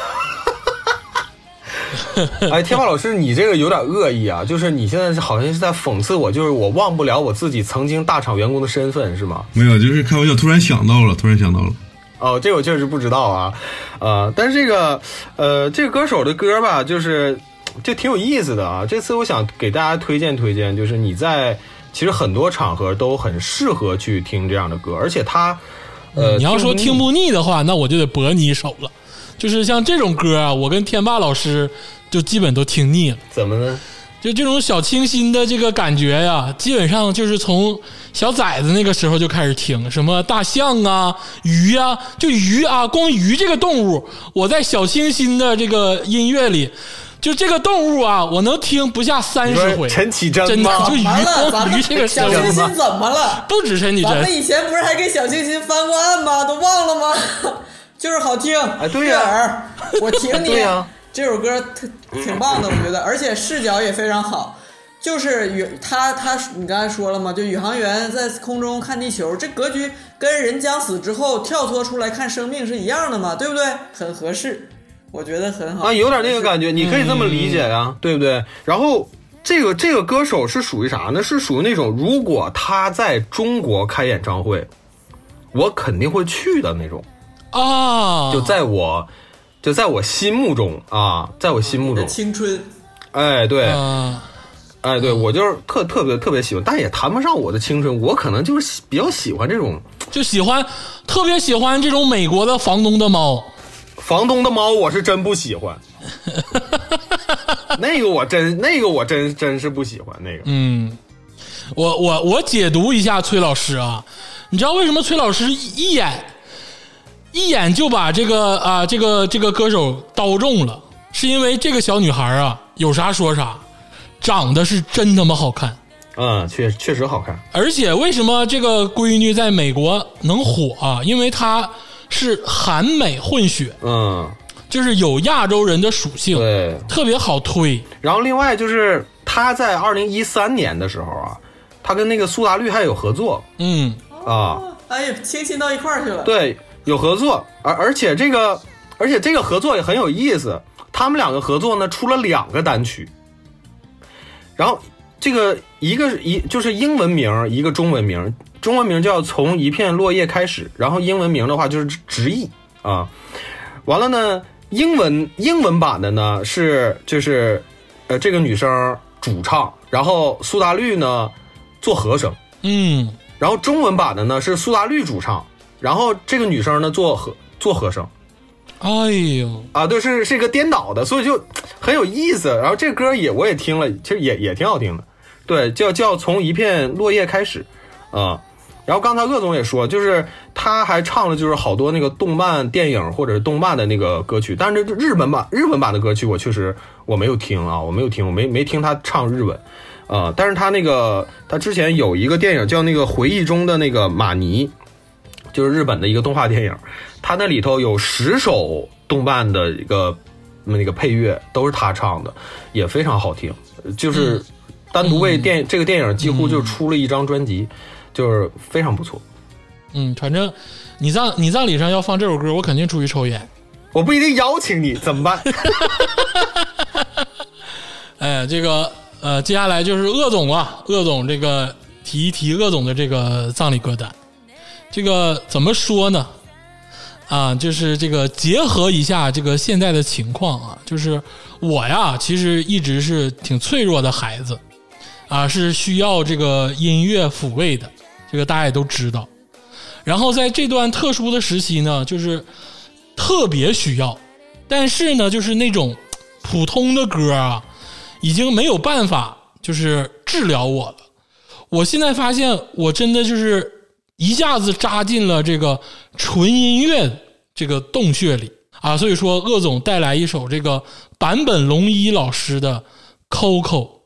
哎，天霸老师，你这个有点恶意啊！就是你现在好像是在讽刺我，就是我忘不了我自己曾经大厂员工的身份，是吗？ 没有，就是开玩笑，突然想到了，突然想到了。 哦，这个我确实不知道啊，呃，但是这个呃，这个歌手的歌吧，就是就挺有意思的啊。这次我想给大家推荐推荐，就是你在其实很多场合都很适合去听这样的歌，而且他呃， 你要说听不腻的话，那我就得驳你一手了。就是像这种歌啊，我跟天霸老师就基本都听腻了。 怎么呢？ 就这种小清新的这个感觉呀，基本上就是从小崽子那个时候就开始听，什么大象啊、鱼啊，就鱼啊，光鱼这个动物，我在小清新的这个音乐里，就这个动物啊，我能听不下三十回。 陈绮贞真的就鱼，光鱼这个小清新怎么了？ 不止陈绮贞， 咱们以前不是还给小清新翻过案吗？都忘了吗？就是好听， 哎，对呀、 啊，我挺你。 对呀、啊， 这首歌特挺棒的，我觉得，而且视角也非常好。就是宇他他你刚才说了嘛，就宇航员在空中看地球，这格局跟人将死之后跳脱出来看生命是一样的嘛，对不对？很合适，我觉得很好啊，有点那个感觉，你可以这么理解呀、嗯，对不对？然后这个这个歌手是属于啥呢？是属于那种如果他在中国开演唱会，我肯定会去的那种。 啊， 就在我，就在我心目中啊，在我心目中， 青春， 哎，对， 啊、 哎，对我就是特特别特别喜欢，但也谈不上我的青春，我可能就是比较喜欢这种， 就喜欢特别喜欢这种美国的房东的猫， 房东的猫我是真不喜欢，那个我真那个我真真是不喜欢那个， 嗯，我我我解读一下崔老师啊，你知道为什么崔老师一眼？一眼就把这个啊，这个这个歌手刀中了， 是因为这个小女孩啊，有啥说啥，长得是真他妈好看。 嗯，确确实好看。 而且为什么这个闺女在美国能火啊？因为她是韩美混血， 嗯， 就是有亚洲人的属性， 对， 特别好推。 然后另外就是他在二零一三年的时候啊，他跟那个苏打绿还有合作， 嗯啊， 哎呀，清新到一块儿去了。 对，有合作，而而且这个而且这个合作也很有意思，他们两个合作呢出了两个单曲，然后这个一个一就是英文名，一个中文名，中文名叫从一片落叶开始，然后英文名的话就是直译啊，完了呢，英文英文版的呢是就是呃这个女生主唱，然后苏打绿呢做和声， 嗯， 然后中文版的呢是苏打绿主唱，然后这个女生呢做和做和声。 哎呦啊，对，是是一个颠倒的，所以就很有意思。然后这歌也我也听了，其实也也挺好听的。对，叫叫从一片落叶开始，啊。然后刚才鄂总也说，就是他还唱了就是好多那个动漫电影或者是动漫的那个歌曲，但是日本版日文版的歌曲我确实我没有听啊，我没有听，我没没听他唱日文，啊。但是他那个他之前有一个电影叫那个回忆中的那个马尼，就是日本的一个动画电影，他那里头有十首动漫的一个那个配乐都是他唱的，也非常好听，就是单独为电、嗯、这个电影几乎就出了一张专辑、嗯、就是非常不错。 嗯，反正你葬你葬礼上要放这首歌，我肯定出去抽烟。 我不一定邀请你，怎么办？ 哎，这个呃，接下来就是鄂总啊，鄂总这个提一提鄂总的这个葬礼歌单。这个怎么说呢？啊，就是这个结合一下这个现在的情况啊，就是我呀，其实一直是挺脆弱的孩子，啊，是需要这个音乐抚慰的，这个大家也都知道。然后在这段特殊的时期呢，就是特别需要，但是呢，就是那种普通的歌啊，已经没有办法就是治疗我了。我现在发现，我真的就是一下子扎进了这个纯音乐这个洞穴里啊，所以说鄂总带来一首这个坂本龙一老师的 Coco。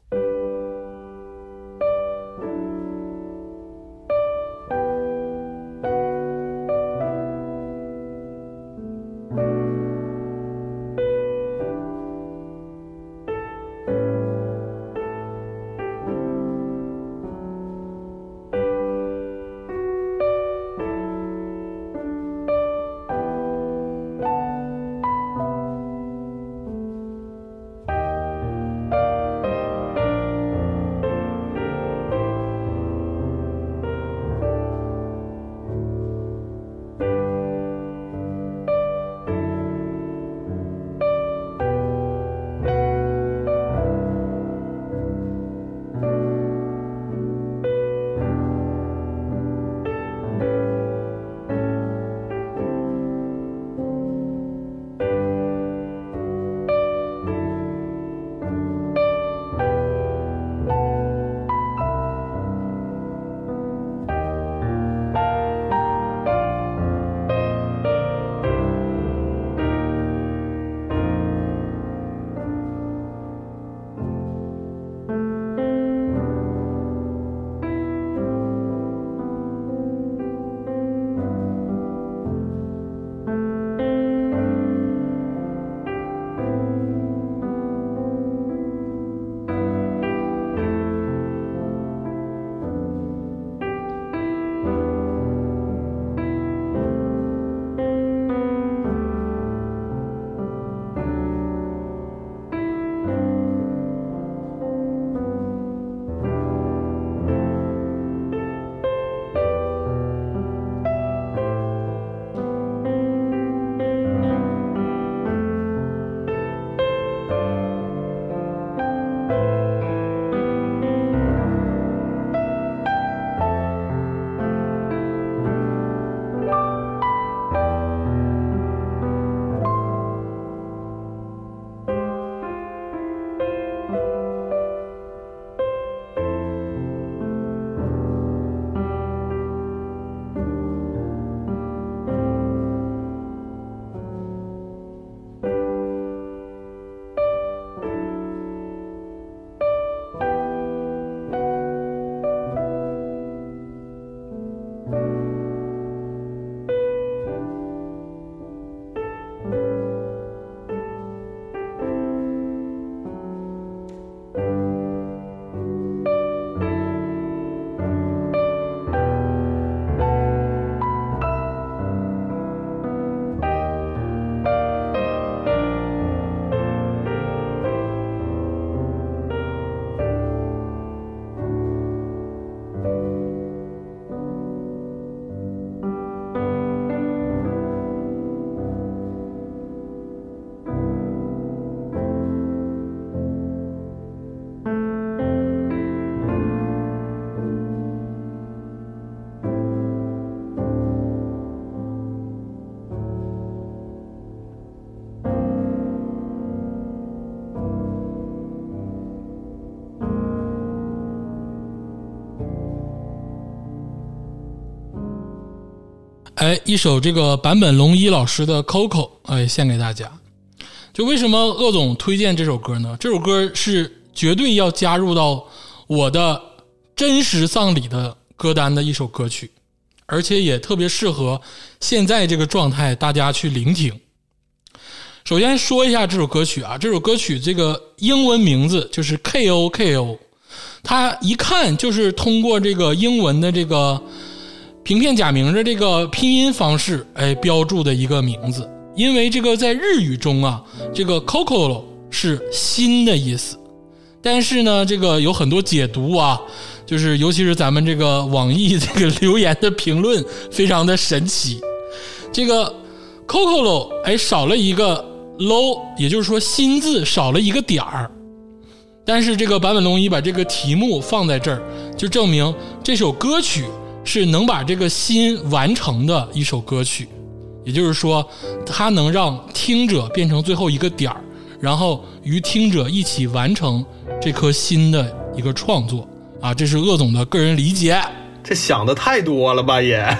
哎，一首这个坂本龙一老师的 Coco， 哎，献给大家。就为什么鄂总推荐这首歌呢？这首歌是绝对要加入到我的真实丧礼的歌单的一首歌曲，而且也特别适合现在这个状态大家去聆听。首先说一下这首歌曲啊，这首歌曲这个英文名字就是 K O K O， 它一看就是通过这个英文的这个平片假名的这个拼音方式哎标注的一个名字。因为这个在日语中啊，这个 Kokoro 是心的意思，但是呢这个有很多解读啊，就是尤其是咱们这个网易这个留言的评论非常的神奇。这个 Kokoro 哎少了一个 low， 也就是说心字少了一个点儿，但是这个坂本龙一把这个题目放在这儿，就证明这首歌曲是能把这个心完成的一首歌曲，也就是说它能让听者变成最后一个点儿，然后与听者一起完成这颗心的一个创作啊，这是鄂总的个人理解。 这想的太多了吧也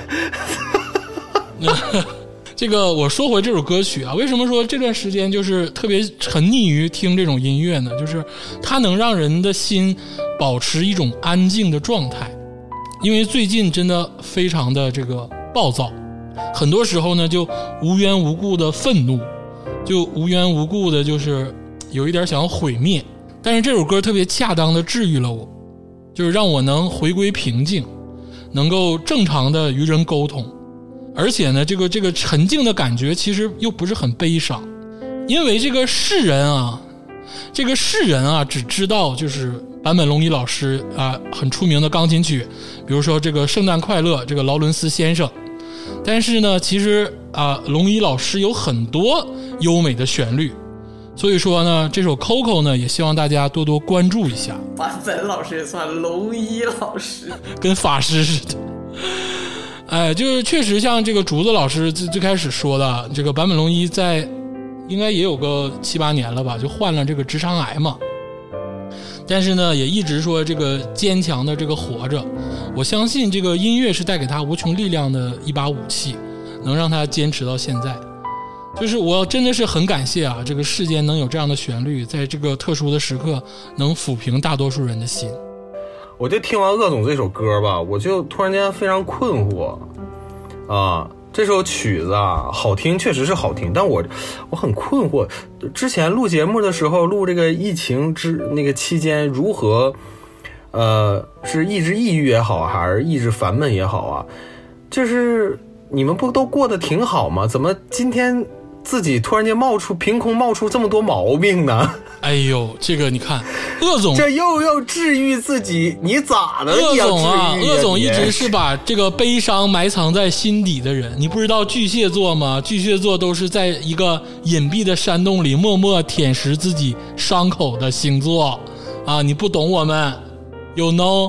这个我说回这首歌曲啊，为什么说这段时间就是特别沉溺于听这种音乐呢？就是它能让人的心保持一种安静的状态，因为最近真的非常的这个暴躁，很多时候呢就无缘无故的愤怒，就无缘无故的就是有一点想要毁灭。但是这首歌特别恰当的治愈了我，就是让我能回归平静，能够正常的与人沟通。而且呢这个这个沉静的感觉其实又不是很悲伤，因为这个世人啊这个世人啊只知道就是坂本龙一老师啊很出名的钢琴曲，比如说这个圣诞快乐，这个劳伦斯先生。但是呢其实啊龙一老师有很多优美的旋律，所以说呢这首 Coco 呢也希望大家多多关注一下。 坂本老师也算龙一老师， 跟法师似的。哎，就是确实像这个竹子老师最最开始说的，这个坂本龙一在应该也有个七八年了吧，就患了这个直肠癌嘛。但是呢也一直说这个坚强的这个活着，我相信这个音乐是带给他无穷力量的一把武器，能让他坚持到现在。就是我真的是很感谢啊，这个世间能有这样的旋律，在这个特殊的时刻能抚平大多数人的心。 我就听完鄂总这首歌吧，我就突然间非常困惑啊！这首曲子啊，好听确实是好听，但我我很困惑。之前录节目的时候，录这个疫情之那个期间，如何呃是抑制抑郁也好，还是抑制烦闷也好啊？就是你们不都过得挺好吗？怎么今天自己突然间冒出凭空冒出这么多毛病呢？ 哎呦，这个你看，鄂总这又要治愈自己，你咋的？ 鄂总啊， 鄂鄂总一直是把这个悲伤埋藏在心底的人。你不知道巨蟹座吗？巨蟹座都是在一个隐蔽的山洞里默默舔舐自己伤口的星座啊！你不懂我们 ，you know？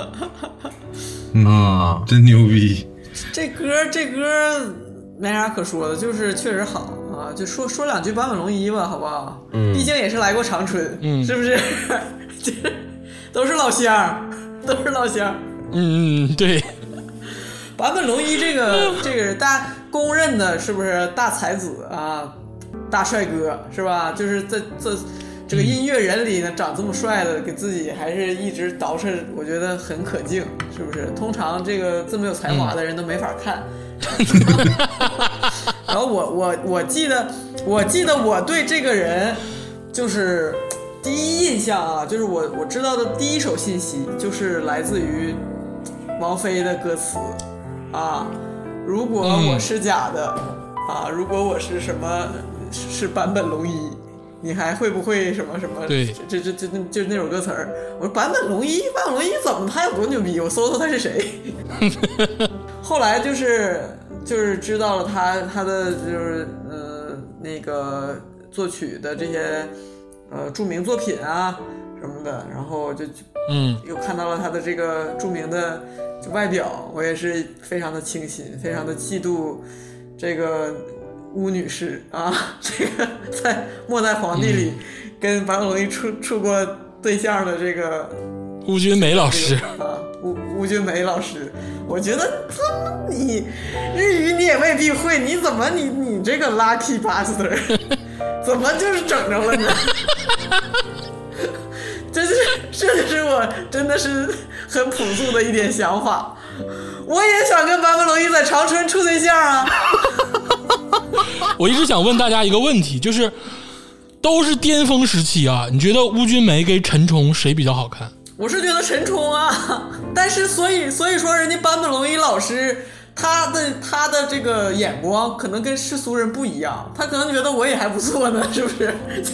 嗯，真牛逼！ 这歌这歌没啥可说的，就是确实好啊，就说说两句坂本龙一吧，好不好？嗯，毕竟也是来过长春，嗯，是不是？都是老乡，都是老乡。 嗯嗯，对。 坂本龙一这个这个大公认的是不是大才子啊，大帅哥是吧？就是在这这个音乐人里呢，长这么帅的，给自己还是一直捯饬，我觉得很可敬，是不是？通常这个这么有才华的人都没法看。然后我我我记得我记得我对这个人就是第一印象啊，就是我我知道的第一手信息就是来自于王菲的歌词啊，如果我是假的、嗯、啊，如果我是什么是坂本龙一，你还会不会什么什么？ 对， 这这这就那首歌词儿。我说坂本龙一，坂本龙一怎么他有多牛逼？我搜搜他是谁。后来就是就是知道了他他的就是呃那个作曲的这些呃著名作品啊什么的，然后就嗯又看到了他的这个著名的外表，我也是非常的倾心，非常的嫉妒这个巫女士啊，这个在末代皇帝里跟坂本龙一处处过对象的这个巫君梅老师啊，巫巫君梅老师， 我觉得他你日语你也未必会，你怎么你你这个 lucky bastard 怎么就是整着了呢？这是这就是我真的是很朴素的一点想法。我也想跟坂本龙一在长春处对象啊。 我一直想问大家一个问题，就是都是巅峰时期啊，你觉得邬君梅跟陈冲谁比较好看？ 我是觉得陈冲啊，但是所以所以说人家坂本龙一老师他的他的这个眼光可能跟世俗人不一样，他可能觉得我也还不错呢，是不是？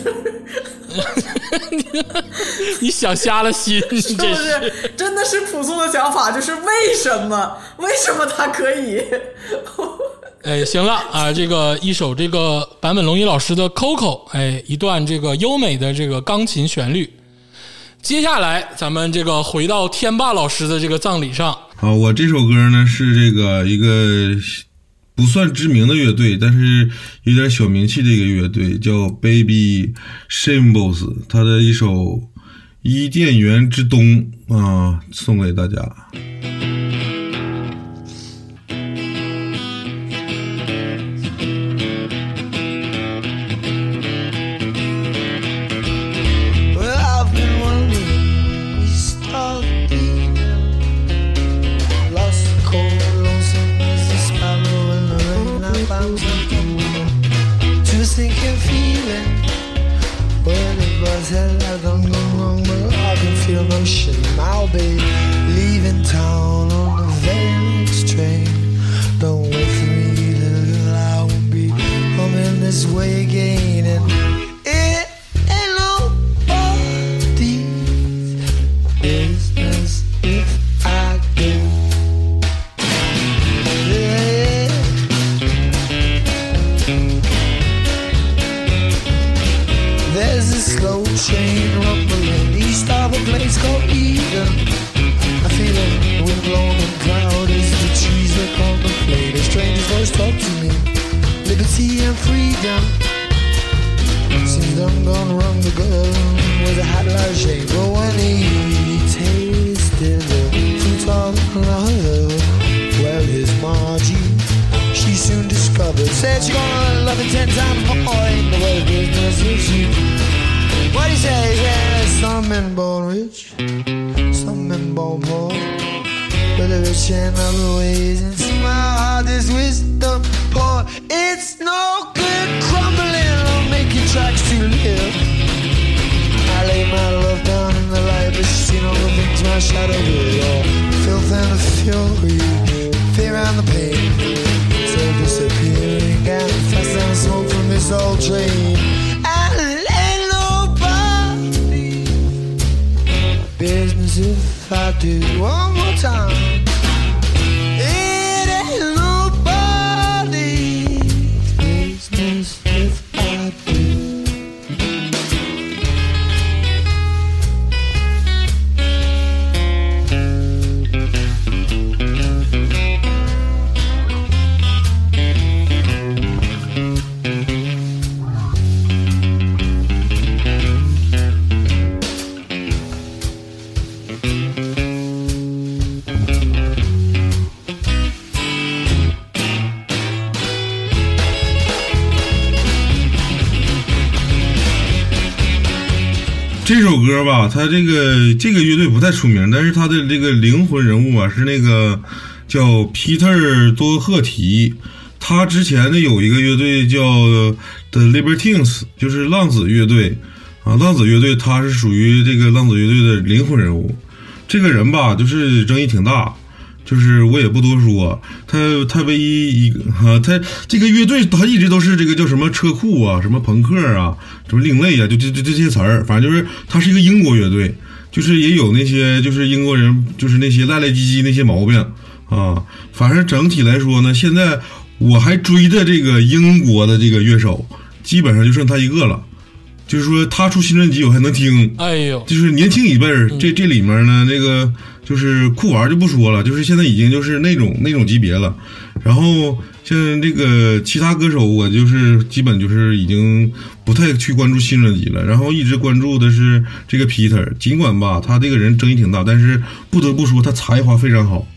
你想瞎了心， 是不是？真的是朴素的想法，就是为什么为什么他可以？ 哎，行了啊，这个一首这个坂本龙一老师的 Coco， 哎，一段这个优美的这个钢琴旋律。接下来咱们这个回到天霸老师的这个葬礼上。 啊，我这首歌呢是这个一个不算知名的乐队，但是有点小名气的一个乐队，叫 Baby Shambles， 他的一首《伊甸园之冬》啊，送给大家。 I'll be leaving town on the very next train. Don't wait for me, little, I won't be coming this way again. And it ain't nobody's business if I do. Yeah. There's a slow train rumbling east of a place called Eden. I feel the wind blowing and cloud as the trees look on the plate. A stranger's voice talk to me, liberty and freedom. Seems I'm gonna run the gun with a hot like shade. But when he tasted the fruit of love, well, his Margie, she soon discovered, said she's gonna love it ten times more in the way business if she. What he says, yeah, some men born rich, some men born poor, but the rich in other ways, and somehow this wisdom poor. It's no good crumbling or making tracks to live. I lay my love down in the light, but she's seen all the things my shadow will. All filth and the fury, fear and the pain, so disappearing and fast and smoke from this old train. Business if I do one more time. It ain't nobody's business if I do. 这首歌吧，他这个这个乐队不太出名，但是他的这个灵魂人物啊是那个叫皮特·多赫提。他之前的有一个乐队叫 The Libertines， 就是浪子乐队啊。浪子乐队他是属于这个浪子乐队的灵魂人物。这个人吧，就是争议挺大。就是我也不多说，他他唯一一个哈、啊，他这个乐队他一直都是这个叫什么车库啊，什么朋克啊，什么另类啊，就就就这些词儿，反正就是他是一个英国乐队，就是也有那些就是英国人就是那些赖赖唧唧那些毛病啊。反正整体来说呢，现在我还追的这个英国的这个乐手，基本上就剩他一个了。就是说他出新专辑我还能听， 哎呦， 就是年轻一辈儿，这这里面呢那个就是酷玩就不说了，就是现在已经就是那种那种级别了。然后像这个其他歌手，我就是基本就是已经不太去关注新专辑了，然后一直关注的是这个 Peter。尽管吧他这个人争议挺大，但是不得不说他才华非常好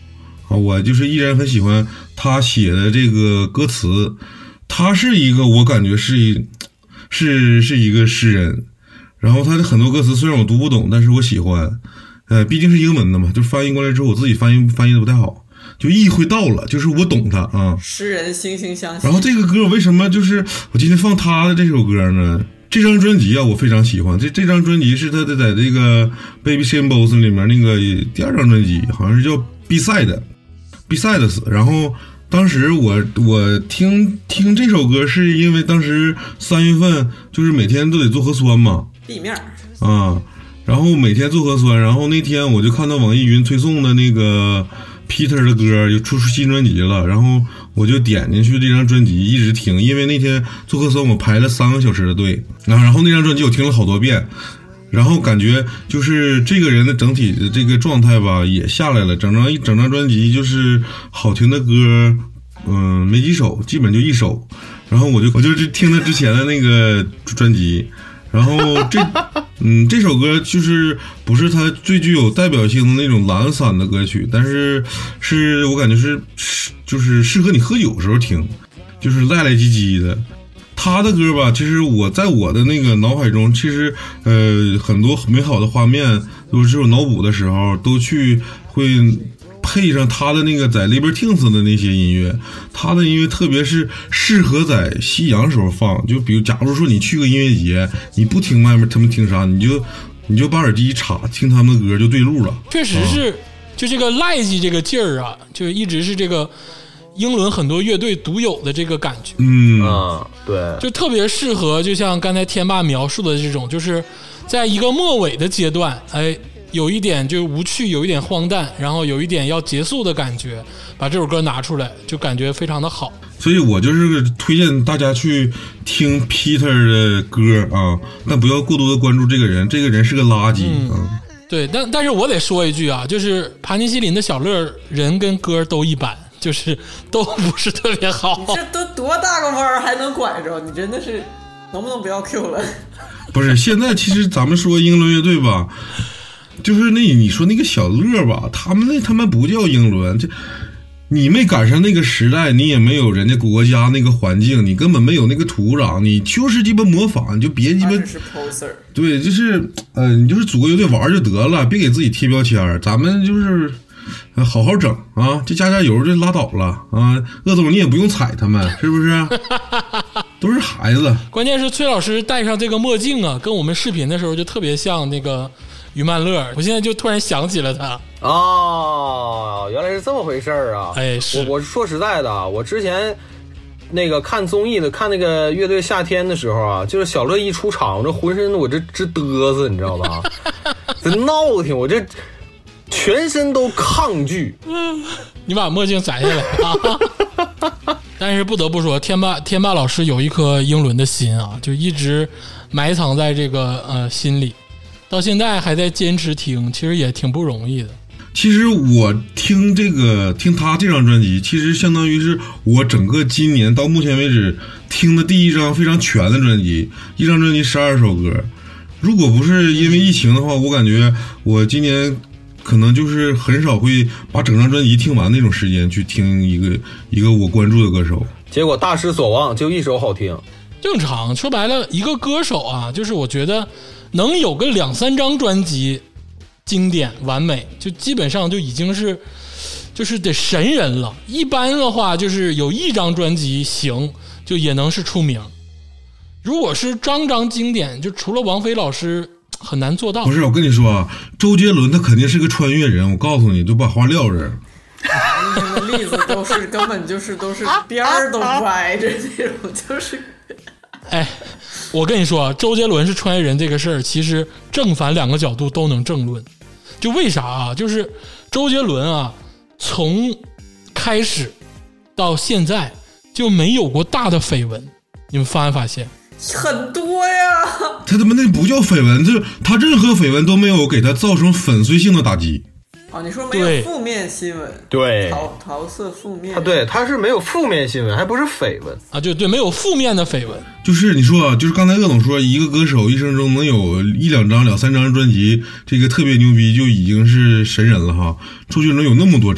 啊，我就是依然很喜欢他写的这个歌词。他是一个我感觉是一是是一个诗人，然后他的很多歌词虽然我读不懂，但是我喜欢。呃，毕竟是英文的嘛，就翻译过来之后，我自己翻译翻译的不太好，就意会到了，就是我懂他啊。 诗人惺惺相惜。 然后这个歌为什么就是我今天放他的这首歌呢？这张专辑啊，我非常喜欢。这这张专辑是他的在这个 Baby Shambles 里面那个第二张专辑，好像是叫 B-Side B-Sides。然后当时我我听听这首歌，是因为当时三月份就是每天都得做核酸嘛， 地面啊，然后每天做核酸，然后那天我就看到网易云推送的那个 Peter 的歌就出出新专辑了，然后我就点进去这张专辑一直听，因为那天做核酸我排了三个小时的队，然后然后那张专辑我听了好多遍，然后感觉就是这个人的整体的这个状态吧也下来了，整张一整张专辑就是好听的歌，嗯，没几首，基本就一首，然后我就我就听他之前的那个专辑。然后这，嗯，这首歌就是不是他最具有代表性的那种懒散的歌曲，但是是我感觉是就是适合你喝酒的时候听，就是赖赖唧唧的。他的歌吧，其实我在我的那个脑海中，其实呃很多美好的画面，就是我脑补的时候都去会配上他的那个在 Libertines 的那些音乐，他的音乐特别是适合在夕阳时候放。就比如假如说你去个音乐节，你不听外面他们听啥，你就你就把耳机一插听他们的歌就对路了。 确实是、啊、就这个赖叽这个劲儿啊，就一直是这个英伦很多乐队独有的这个感觉。 嗯啊，对， 就特别适合就像刚才天霸描述的这种，就是在一个末尾的阶段，哎，有一点就无趣，有一点荒诞，然后有一点要结束的感觉，把这首歌拿出来就感觉非常的好。 所以我就是推荐大家去听 Peter 的歌啊，但不要过多的关注这个人，这个人是个垃圾、嗯、啊。 对，但但是我得说一句啊，就是帕尼西林的小乐人跟歌都一般，就是都不是特别好。 你这都多大个弯还能拐着？你真的是能不能不要 Q 了？ 不是，现在其实咱们说英伦乐队吧，就是那你说那个小乐吧，他们那他们不叫英伦，这你没赶上那个时代，你也没有人家国家那个环境，你根本没有那个土壤，你就是鸡巴模仿，你就别鸡巴是 poser。 对，就是呃，你就是组个乐队玩就得了，别给自己贴标签。咱们就是呃好好整啊，这加加油就拉倒了啊。鄂总你也不用踩他们，是不是？都是孩子。 关键是崔老师戴上这个墨镜啊，跟我们视频的时候就特别像那个于曼乐，我现在就突然想起了他。 哦，原来是这么回事啊！ 哎，是我我说实在的，我之前那个看综艺的，看那个乐队夏天的时候啊，就是小乐一出场，我这浑身我这直嘚瑟，你知道吧？这闹挺，我这全身都抗拒。 你把墨镜摘下来啊！但是不得不说，天霸天霸老师有一颗英伦的心啊，就一直埋藏在这个呃心里，到现在还在坚持听，其实也挺不容易的。 其实我听这个听他这张专辑，其实相当于是我整个今年到目前为止听的第一张非常全的专辑，一张专辑十二首歌。如果不是因为疫情的话，我感觉我今年可能就是很少会把整张专辑听完那种时间去听一个一个我关注的歌手。 结果大失所望，就一首好听。 正常，说白了，一个歌手啊，就是我觉得能有个两三张专辑经典完美，就基本上就已经是就是得神人了。一般的话就是有一张专辑行，就也能是出名。如果是张张经典，就除了王菲老师很难做到。 不是，我跟你说啊，周杰伦他肯定是个穿越人，我告诉你，就把话撂这儿。 你们例子都是根本就是都是边儿都歪着那种，就是哎，我跟你说，周杰伦是穿越人这个事儿，其实正反两个角度都能正论。就为啥啊？就是周杰伦啊，从开始到现在就没有过大的绯闻，你们发没发现？ 很多呀。 他他妈那不叫绯闻，就是他任何绯闻都没有给他造成粉碎性的打击。 哦，你说没有负面新闻？ 对， 桃桃色负面。 他对，他是没有负面新闻，还不是绯闻啊？就对，没有负面的绯闻。 就是你说啊，就是刚才鄂总说，一个歌手一生中能有一两张、两三张专辑，这个特别牛逼，就已经是神人了哈。周杰伦有那么多张，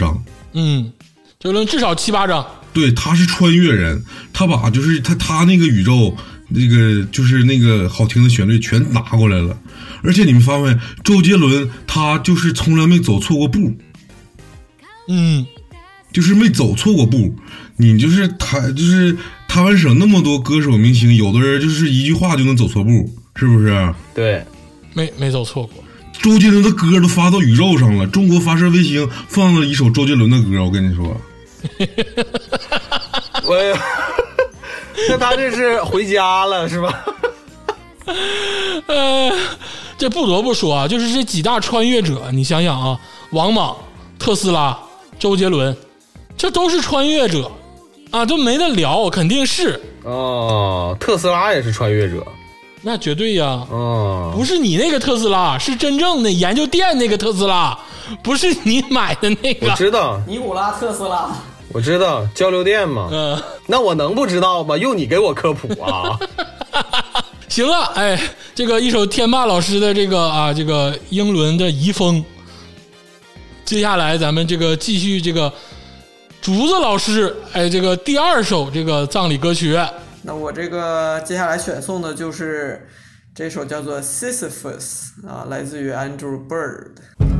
嗯，周杰伦至少七八张。 对，他是穿越人，他把就是他他那个宇宙那个就是那个好听的旋律全拿过来了，而且你们发现周杰伦他就是从来没走错过步， 嗯， 就是没走错过步。你就是台就是台湾省那么多歌手明星，有的人就是一句话就能走错步，是不是？ 对， 没没走错过。 周杰伦的歌都发到宇宙上了，中国发射卫星放了一首周杰伦的歌，我跟你说。 我那他这是回家了是吧？ 呃，这不得不说啊，就是这几大穿越者，你想想啊，王莽、特斯拉、周杰伦，这都是穿越者啊，都没得聊，肯定是。 哦，特斯拉也是穿越者， 那绝对呀。 哦， 不是你那个特斯拉，是真正的研究店那个特斯拉，不是你买的那个。 我知道， 尼古拉特斯拉。 我知道交流电嘛。 嗯， 那我能不知道吗？用你给我科普啊。 行了，哎，这个一首天霸老师的这个啊，这个英伦的遗风。接下来咱们这个继续这个竹子老师，哎，这个第二首这个葬礼歌曲。 那我这个接下来选送的就是这首叫做 Sisyphus 啊，来自于 Andrew Bird。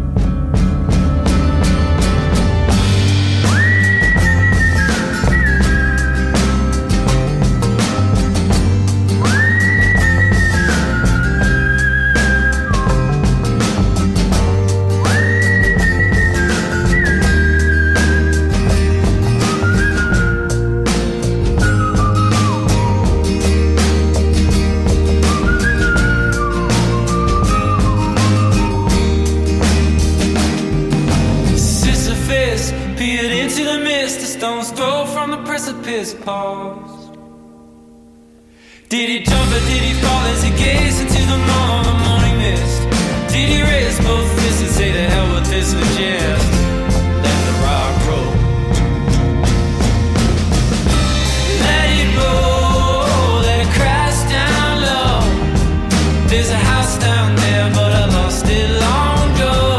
Paused. Did he jump or did he fall as he gazed into the morning, morning mist? Did he raise both fists and say to hell with this and just let the rock roll? Let it roll, let it crash down low. There's a house down there but I lost it long ago.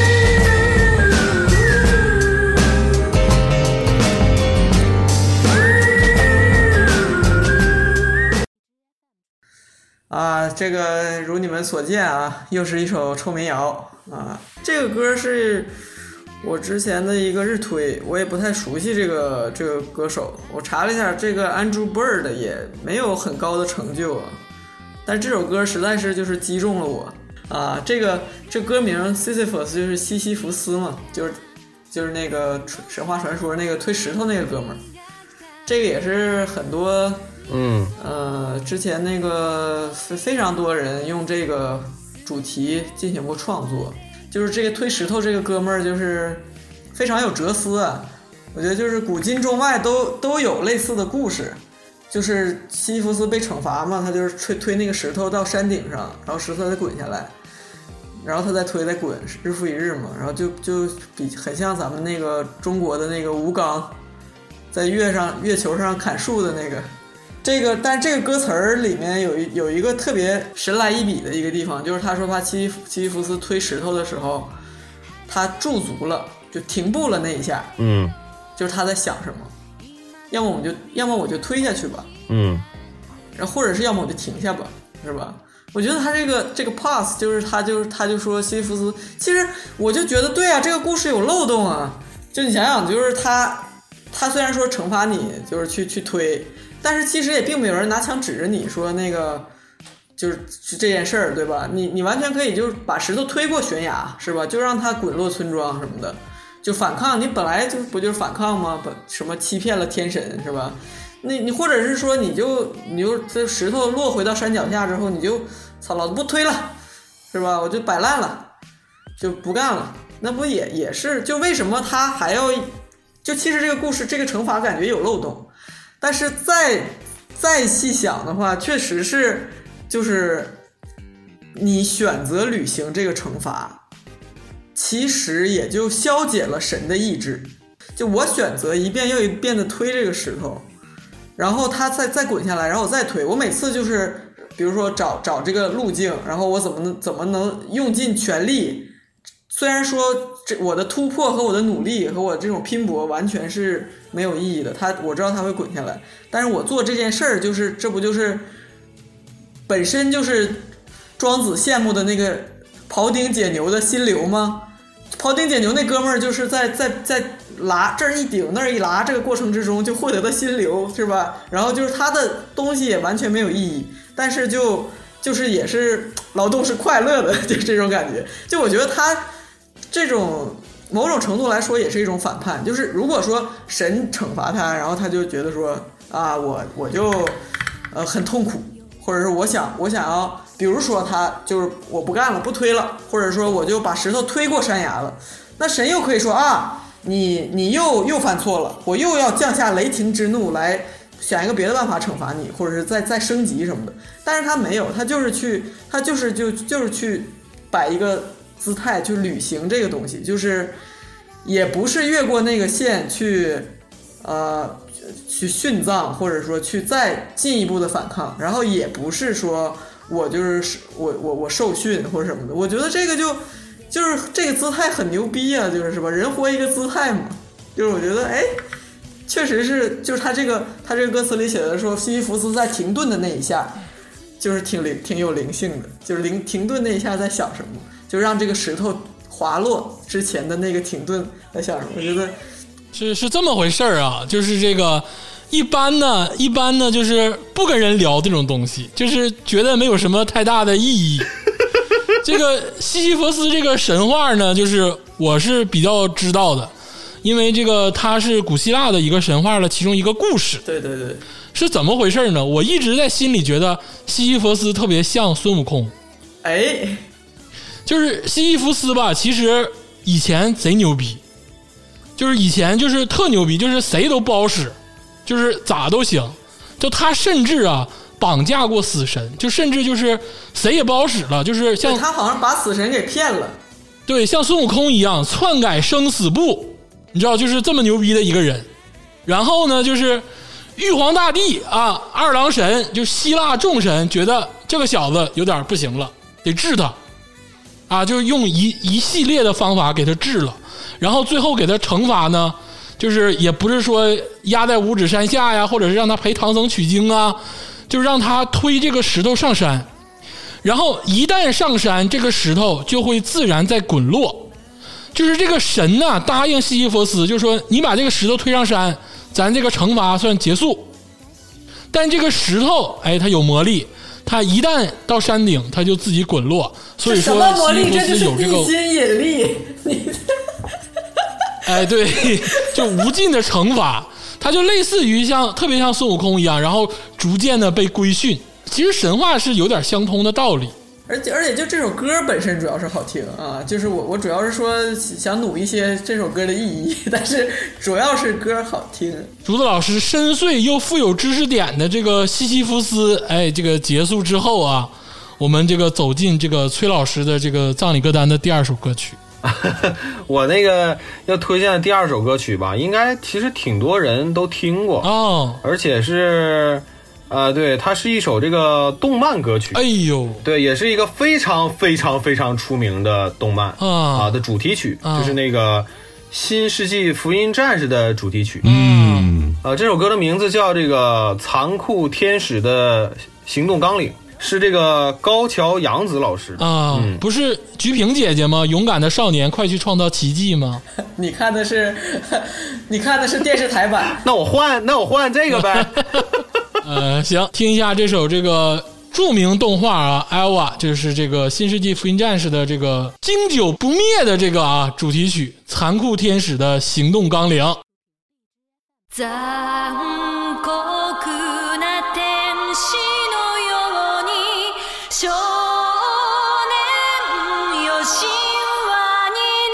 With 啊，这个如你们所见啊，又是一首臭民谣啊。这个歌是我之前的一个日推，我也不太熟悉这个这个歌手。我查了一下，这个 Andrew Bird 也没有很高的成就啊，但这首歌实在是就是击中了我啊。这个这歌名 Sisyphus 就是西西弗斯嘛，就是就是那个神话传说那个推石头那个哥们儿。这个也是很多嗯呃之前那个非常多人用这个主题进行过创作。就是这个推石头这个哥们儿就是非常有哲思啊，我觉得就是古今中外都都有类似的故事。就是西西弗斯被惩罚嘛，他就是推推那个石头到山顶上，然后石头再滚下来，然后他再推再滚，日复一日嘛，然后就就比很像咱们那个中国的那个吴刚在月上月球上砍树的那个。这个，但这个歌词儿里面有一有一个特别神来一笔的一个地方，就是他说他西西西西弗斯推石头的时候，他驻足了，就停步了那一下， 嗯， 就是他在想什么，要么我就要么我就推下去吧， 嗯， 然后或者是要么我就停下吧，是吧？我觉得他这个这个 pass 就是他就是他就说西西弗斯，其实我就觉得对啊，这个故事有漏洞啊，就你想想，就是他他虽然说惩罚你就是去去推。但是其实也并没有人拿枪指着你说那个就是这件事儿，对吧？你你完全可以就是把石头推过悬崖，是吧？就让它滚落村庄什么的，就反抗。你本来就不就是反抗吗？不什么欺骗了天神，是吧？那你或者是说你就你就这石头落回到山脚下之后，你就操老子不推了，是吧？我就摆烂了，就不干了。那不也也是就为什么他还要就其实这个故事这个惩罚感觉有漏洞。但是再再细想的话，确实是就是你选择履行这个惩罚，其实也就消解了神的意志。就我选择一遍又一遍的推这个石头，然后它再再滚下来，然后我再推。我每次就是比如说找找这个路径，然后我怎么能怎么能用尽全力。虽然说这我的突破和我的努力和我这种拼搏完全是没有意义的，他我知道他会滚下来，但是我做这件事儿就是这不就是本身就是庄子羡慕的那个庖丁解牛的心流吗？庖丁解牛那哥们儿就是在在在拉这儿一顶那儿一拉这个过程之中就获得的心流，是吧？然后就是他的东西也完全没有意义，但是就就是也是劳动是快乐的，就这种感觉。就我觉得他这种某种程度来说也是一种反叛，就是如果说神惩罚他，然后他就觉得说啊，我我就呃很痛苦，或者是我想我想要，比如说他就是我不干了不推了，或者说我就把石头推过山崖了，那神又可以说啊，你你又又犯错了，我又要降下雷霆之怒来想一个别的办法惩罚你，或者是再再升级什么的。但是他没有，他就是去他就是就就是去摆一个姿态去履行这个东西，就是也不是越过那个线去呃去殉葬，或者说去再进一步的反抗，然后也不是说我就是我我我受训或者什么的。我觉得这个就就是这个姿态很牛逼啊，就是是吧？人活一个姿态嘛，就是我觉得哎，确实是，就是他这个他这个歌词里写的说西西弗斯在停顿的那一下，就是挺灵挺有灵性的，就是灵停顿那一下在想什么。就让这个石头滑落之前的那个停顿在想什么？我觉得是是这么回事儿啊，就是这个一般呢，一般呢就是不跟人聊这种东西，就是觉得没有什么太大的意义。这个西西弗斯这个神话呢，就是我是比较知道的，因为这个它是古希腊的一个神话的其中一个故事。 对对对， 是怎么回事呢？我一直在心里觉得西西弗斯特别像孙悟空。 哎。 就是西西弗斯吧，其实以前贼牛逼，就是以前就是特牛逼，就是谁都不好使，就是咋都行。就他甚至啊绑架过死神，就甚至就是谁也不好使了，就是像他好像把死神给骗了， 对，像孙悟空一样篡改生死簿，你知道，就是这么牛逼的一个人。然后呢，就是玉皇大帝啊，二郎神，就希腊众神觉得这个小子有点不行了，得治他。啊，就用一一系列的方法给他治了，然后最后给他惩罚呢，就是也不是说压在五指山下呀，或者是让他陪唐僧取经啊，就是让他推这个石头上山， 然后一旦上山，这个石头就会自然在滚落。就是这个神呢、啊、答应西西弗斯，就说你把这个石头推上山，咱这个惩罚算结束。但这个石头，哎，它有魔力，它一旦到山顶，它就自己滚落。所以说， 什么魔力？这就是西西弗斯有这个地心引力。你哎，对，就无尽的惩罚，它就类似于像特别像孙悟空一样，然后逐渐的被规训。其实神话是有点相通的道理， 而且而且就这首歌本身主要是好听啊，就是我我主要是说想努一些这首歌的意义，但是主要是歌好听。 竹子老师深邃又富有知识点的这个西西弗斯，哎，这个结束之后啊，我们这个走进这个崔老师的这个葬礼歌单的第二首歌曲。 我那个要推荐的第二首歌曲吧，应该其实挺多人都听过哦， 而且是呃，对，它是一首这个动漫歌曲。 哎呦， 对，也是一个非常非常非常出名的动漫啊、啊的主题曲、啊，就是那个《新世纪福音战士》的主题曲。 嗯， 呃，这首歌的名字叫这个《残酷天使的行动纲领》。是这个高桥洋子老师啊、嗯，不是菊萍姐姐吗？勇敢的少年，快去创造奇迹吗？ 你看的是，你看的是电视台版。 那我换，那我换这个呗。 呃，行，听一下这首这个著名动画啊 ，Eva， 就是这个《新世纪福音战士》的这个经久不灭的这个啊主题曲《残酷天使的行动纲领》。 残酷な天使少年よ神話にな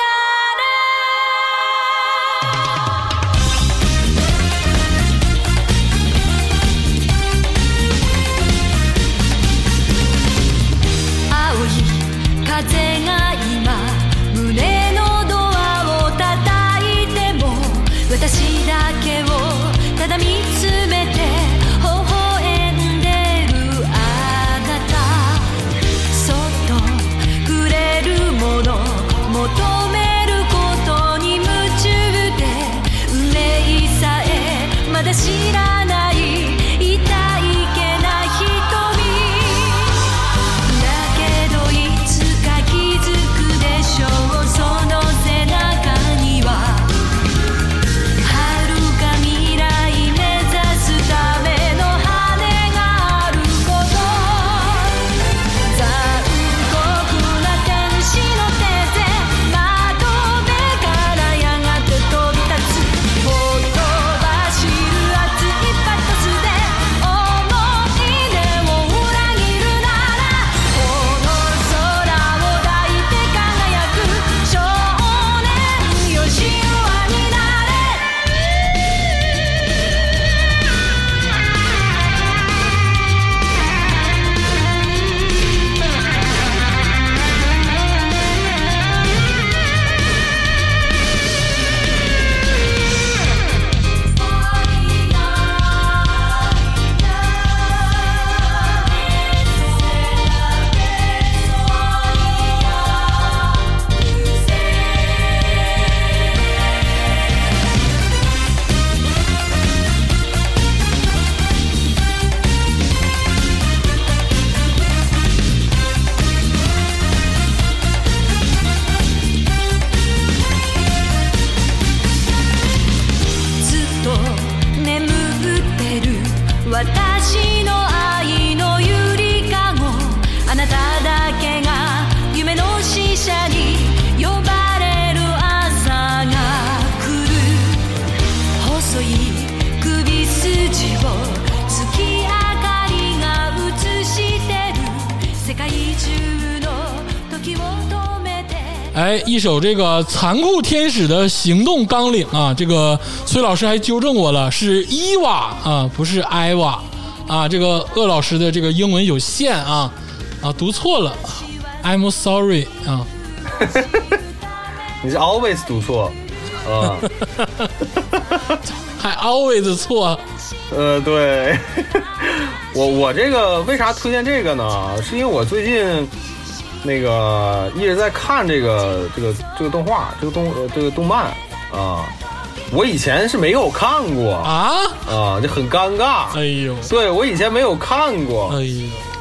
れ青い風が今胸のドアを叩いても私だけをただ見つめて求めることに夢中で運命さえまだ知らない痛いけな瞳だけどいつか気づくでしょうその背中には遥か未来目指すための羽があること残酷な天使の手で私の愛のゆりかごあなただけが夢の使者に呼ばれる朝が来る細い首筋を月明かりが映してる世界中の時を止めて哎，一首这个残酷天使的行动纲领啊，这个崔老师还纠正我了，是伊娃啊，不是艾娃啊。这个鄂老师的这个英文有限啊啊，读错了 ，I'm sorry 啊。 你是 always 读错啊， 还 always 错。 呃，对，我我这个为啥推荐这个呢？是因为我最近。那个一直在看这个这个这个动画，这个动呃这个动漫啊，我以前是没有看过啊啊，就很尴尬。 哎呦， 对我以前没有看过。 哎呦，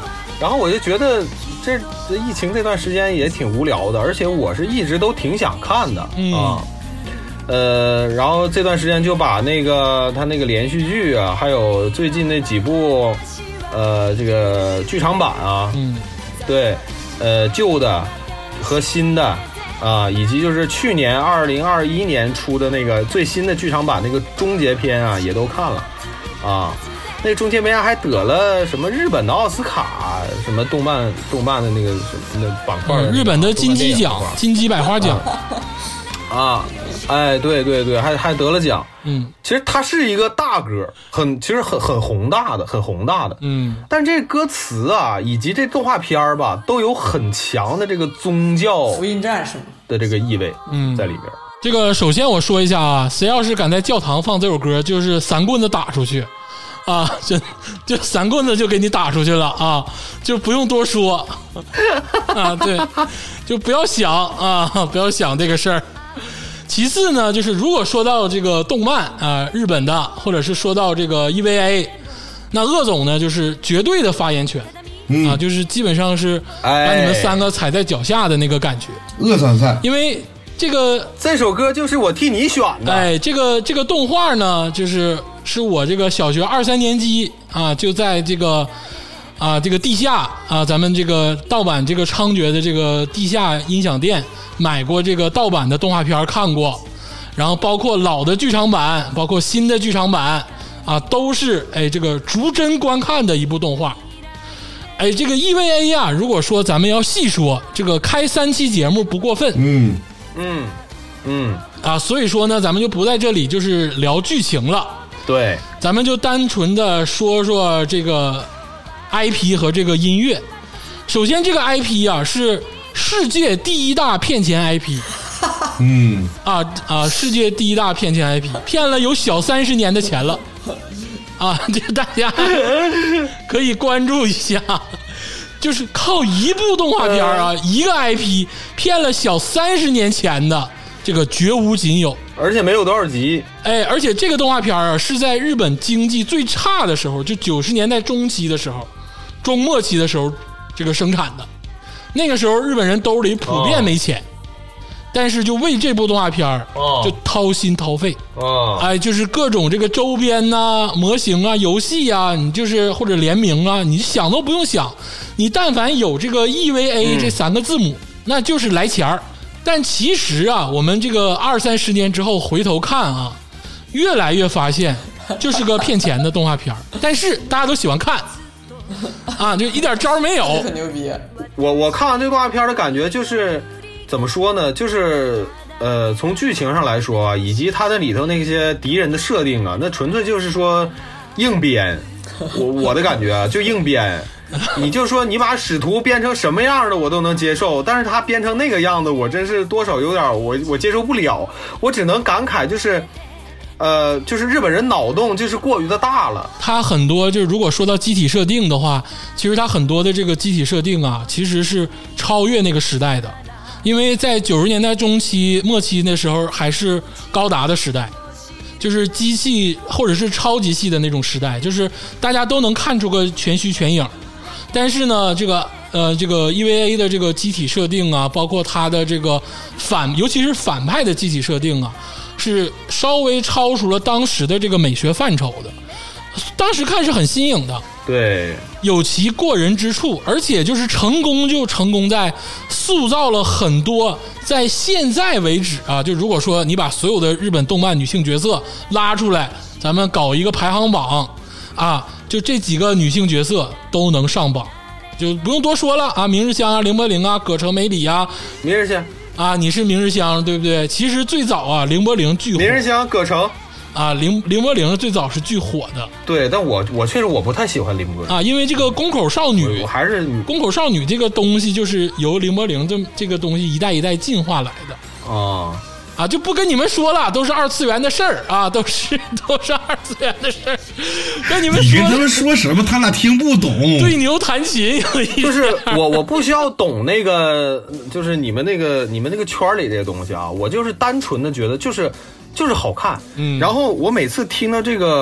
然后我就觉得这这疫情这段时间也挺无聊的，而且我是一直都挺想看的、 嗯、 啊。呃，然后这段时间就把那个他那个连续剧啊，还有最近那几部呃这个剧场版啊， 嗯， 对，呃旧的和新的啊，以及就是去年二零二一年出的那个最新的剧场版那个终结篇啊，也都看了啊。那个终结篇还得了什么日本的奥斯卡，什么动漫动漫的那个什么那板块、 嗯，日本的金鸡奖、金鸡百花奖啊，哎，对对对，还还得了奖。 嗯， 其实它是一个大歌，很其实很很宏大的，很宏大的。 嗯， 但这歌词啊，以及这动画片吧，都有很强的这个宗教福音战士的这个意味嗯在里边。 这个首先我说一下啊，谁要是敢在教堂放这首歌，就是三棍子打出去。啊，就就三棍子就给你打出去了啊，就不用多说啊，对，就不要想啊，不要想这个事儿。其次呢，就是如果说到这个动漫啊，日本的，或者是说到这个 E V A， 那鄂总呢就是绝对的发言权、嗯、啊，就是基本上是把你们三个踩在脚下的那个感觉。 鄂参赛， 因为这个这首歌就是我替你选的。 哎，这个这个动画呢，就是是我这个小学二三年级啊，就在这个啊这个地下啊，咱们这个盗版这个猖獗的这个地下音响店买过这个盗版的动画片看过，然后包括老的剧场版，包括新的剧场版啊，都是哎这个逐帧观看的一部动画。哎，这个 E V A 呀、啊，如果说咱们要细说，这个开三期节目不过分。 嗯嗯嗯啊，所以说呢，咱们就不在这里就是聊剧情了。 对， 咱们就单纯的说说这个 I P 和这个音乐。首先，这个 I P 啊是世界第一大骗钱 I P， 嗯啊啊，世界第一大骗钱 I P， 骗了有小三十年的钱了，啊，这大家可以关注一下，就是靠一部动画片啊，一个 I P 骗了小三十年前的，这个绝无仅有。 而且没有多少集， 哎，而且这个动画片啊是在日本经济最差的时候，就九十年代中期的时候，中末期的时候，这个生产的。那个时候日本人兜里普遍没钱，哦、但是就为这部动画片哦、就掏心掏肺哦， 哎，就是各种这个周边呐、啊、模型啊、游戏啊，你就是或者联名啊，你想都不用想，你但凡有这个 E V A 这三个字母，嗯、那就是来钱儿。但其实啊，我们这个二三十年之后回头看啊，越来越发现就是个骗钱的动画片，但是大家都喜欢看啊，就一点招没有。 很牛逼。 我我看完这个动画片的感觉就是怎么说呢？就是呃，从剧情上来说啊，以及它的里头那些敌人的设定啊，那纯粹就是说硬编。我我的感觉啊，就硬编。你就说你把使徒编成什么样的我都能接受，但是他编成那个样子，我真是多少有点我我接受不了。我只能感慨就是，呃，就是日本人脑洞就是过于的大了。 他很多就是如果说到机体设定的话，其实他很多的这个机体设定啊，其实是超越那个时代的，因为在九十年代中期末期那时候还是高达的时代。就是机器或者是超级系的那种时代，就是大家都能看出个全虚全影。但是呢，这个呃，这个 E V A 的这个机体设定啊，包括它的这个反，尤其是反派的机体设定啊，是稍微超出了当时的这个美学范畴的。当时看是很新颖的， 对， 有其过人之处，而且就是成功就成功在塑造了很多在现在为止啊，就如果说你把所有的日本动漫女性角色拉出来，咱们搞一个排行榜啊，就这几个女性角色都能上榜，就不用多说了啊，明日香啊、凌波凌啊、葛城美里啊， 明日香啊，你是明日香对不对？其实最早啊，凌波凌巨火， 明日香、葛城。 啊，凌凌波凌最早是巨火的， 对，但我我确实我不太喜欢凌波啊，因为这个宫口少女， 我还是宫口少女这个东西就是由凌波凌这这个东西一代一代进化来的啊啊，就不跟你们说了，都是二次元的事儿啊，都是都是二次元的事儿，跟你们说， 你跟他们说什么，他俩听不懂。 对牛弹琴， 就是我我不需要懂那个，就是你们那个你们那个圈里这些东西啊，我就是单纯的觉得就是。就是好看， 嗯， 然后我每次听到这个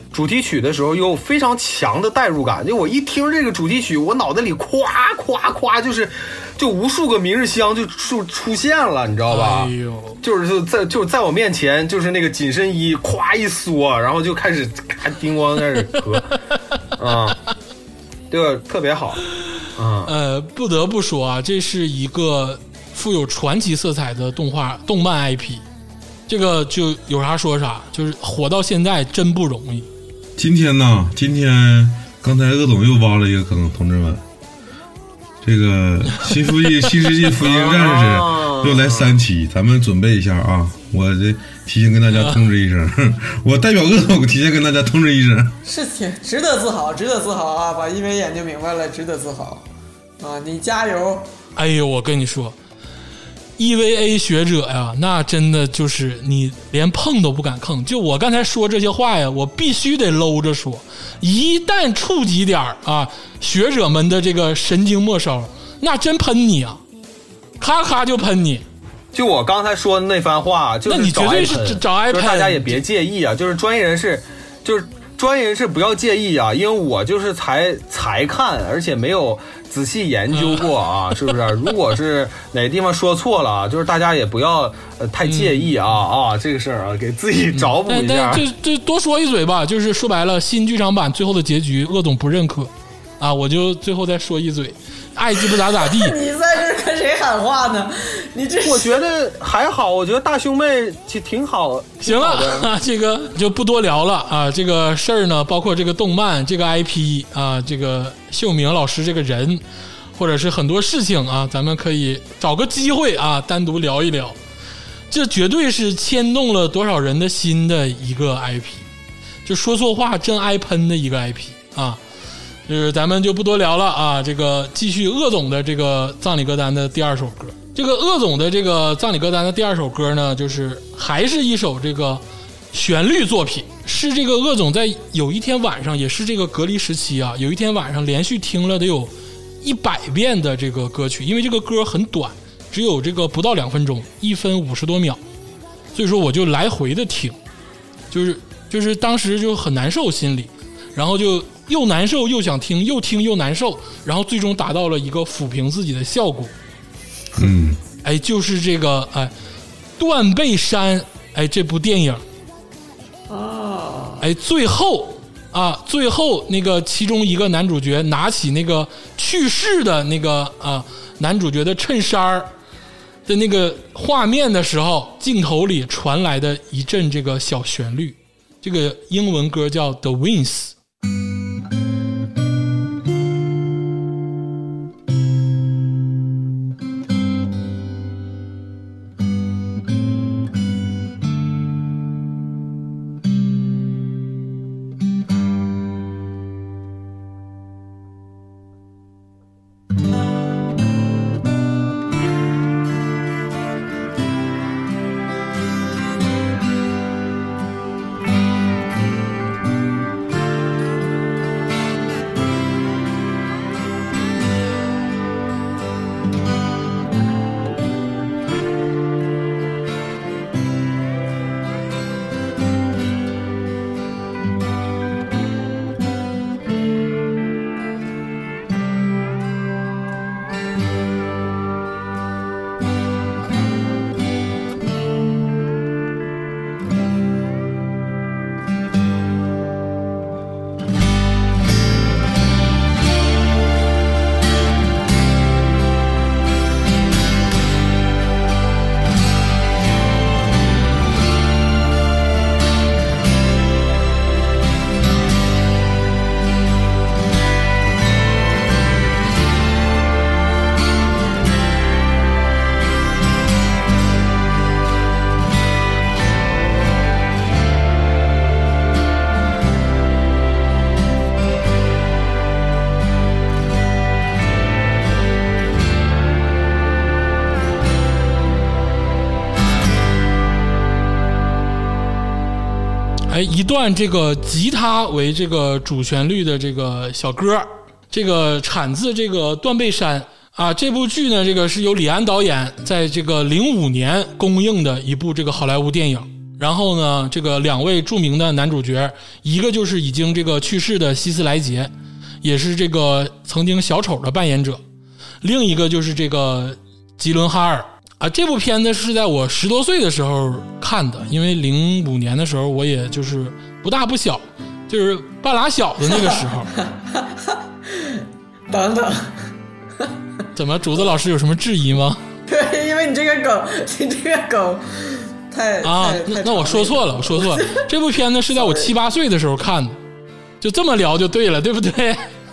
主题曲的时候有非常强的代入感，就我一听这个主题曲，我脑袋里咵咵咵就是就无数个明日香就出出现了，你知道吧？ 哎呦， 就是在就是在我面前，就是那个紧身衣咵一缩，然后就开始咔叮咣开始咳啊，这个特别好啊。 呃，不得不说啊，这是一个富有传奇色彩的动画动漫 I P， 这个就有啥说啥，就是火到现在真不容易。 今天呢，今天刚才鄂总又挖了一个坑，同志们，这个新世纪新世纪福音战士又来三期，咱们准备一下啊！我这提前跟大家通知一声，我代表鄂总提前跟大家通知一声， 是挺值得自豪，值得自豪啊！把一维研究明白了，值得自豪啊！你加油！ 哎呦，我跟你说 E V A 学者呀，那真的就是你连碰都不敢碰。就我刚才说这些话呀，我必须得搂着说，一旦触及点啊学者们的这个神经末梢，那真喷你啊，咔咔就喷你。 就我刚才说的那番话，就是那你绝对是找挨喷， 就是大家也别介意啊，就是专业人士，就是专业人士不要介意啊，因为我就是才才看，而且没有仔细研究过啊，是不是？如果是哪个地方说错了啊，就是大家也不要呃太介意啊、嗯、啊，这个事儿啊，给自己找补一下。 但就就多说一嘴吧，就是说白了，新剧场版最后的结局，鄂总不认可啊，我就最后再说一嘴，爱鸡巴咋咋地。 你在这儿跟谁喊话呢？你这我觉得还好，我觉得大兄妹其实挺好。 行了，啊、这个就不多聊了啊。这个事儿呢，包括这个动漫、这个 I P 啊，这个秀明老师这个人，或者是很多事情啊，咱们可以找个机会啊，单独聊一聊。这绝对是牵动了多少人的心的一个 I P， 就说错话真挨喷的一个 I P 啊。就是咱们就不多聊了啊，这个继续鄂总的这个葬礼歌单的第二首歌。这个鄂总的这个葬礼歌单的第二首歌呢，就是还是一首这个旋律作品，是这个鄂总在有一天晚上，也是这个隔离时期啊，有一天晚上连续听了得有一百遍的这个歌曲，因为这个歌很短，只有这个不到两分钟，一分五十多秒，所以说我就来回的听，就是就是当时就很难受心里，然后就又难受又想听，又听又难受，然后最终达到了一个抚平自己的效果。 嗯， 哎，就是这个哎，断背山哎这部电影啊， 哎最后啊最后那个其中一个男主角拿起那个去世的那个啊男主角的衬衫的那个画面的时候，镜头里传来的一阵这个小旋律，这个英文歌叫 The Winds。哎，一段这个吉他为这个主旋律的这个小歌，这个产自这个断背山啊。这部剧呢，这个是由李安导演在这个零五年公映的一部这个好莱坞电影。 然后呢，这个两位著名的男主角，一个就是已经这个去世的希斯莱杰，也是这个曾经小丑的扮演者，另一个就是这个吉伦哈尔啊。这部片子是在我十多岁的时候看的，因为零五年的时候我也就是不大不小，就是半拉小的那个时候。 等等， 怎么竹子老师有什么质疑吗？ 对，因为你这个梗，你这个梗太啊，那那我说错了，我说错了。这部片子是在我七八岁的时候看的，就这么聊就对了，对不对？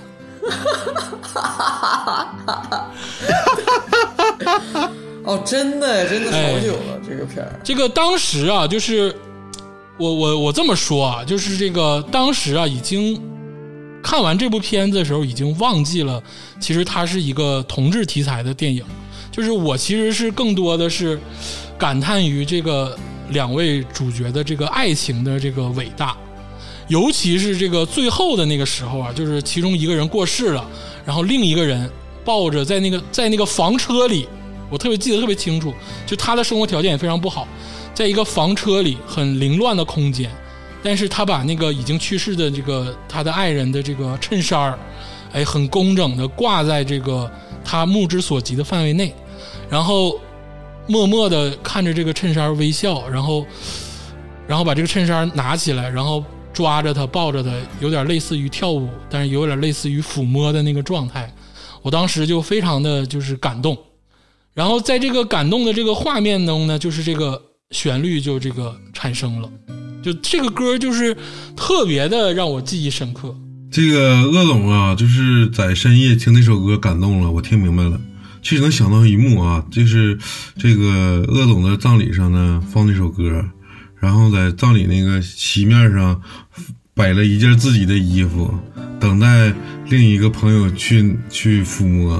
哦，真的，真的好久了，哎、这个片儿。 这个当时啊，就是我我我这么说啊，就是这个当时啊，已经看完这部片子的时候，已经忘记了，其实它是一个同志题材的电影。就是我其实是更多的是感叹于这个两位主角的这个爱情的这个伟大，尤其是这个最后的那个时候啊，就是其中一个人过世了，然后另一个人抱着在那个在那个房车里，我特别记得特别清楚，就他的生活条件也非常不好，在一个房车里很凌乱的空间，但是他把那个已经去世的这个他的爱人的这个衬衫，哎，很工整的挂在这个他目之所及的范围内。然后默默地看着这个衬衫微笑，然后然后把这个衬衫拿起来，然后抓着它抱着它，有点类似于跳舞，但是有点类似于抚摸的那个状态。我当时就非常的就是感动。然后在这个感动的这个画面中呢，就是这个旋律就这个产生了，就这个歌就是特别的让我记忆深刻。 这个鄂总啊，就是在深夜听那首歌感动了，我听明白了。其实能想到一幕啊，就是这个鄂总的葬礼上呢放那首歌，然后在葬礼那个席面上摆了一件自己的衣服，等待另一个朋友去去抚摸。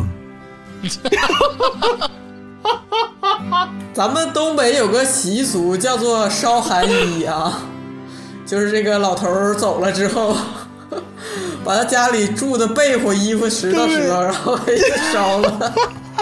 咱们东北有个习俗叫做烧寒衣啊，就是这个老头走了之后，把他家里住的被窝、衣服拾掇拾掇，然后给烧了。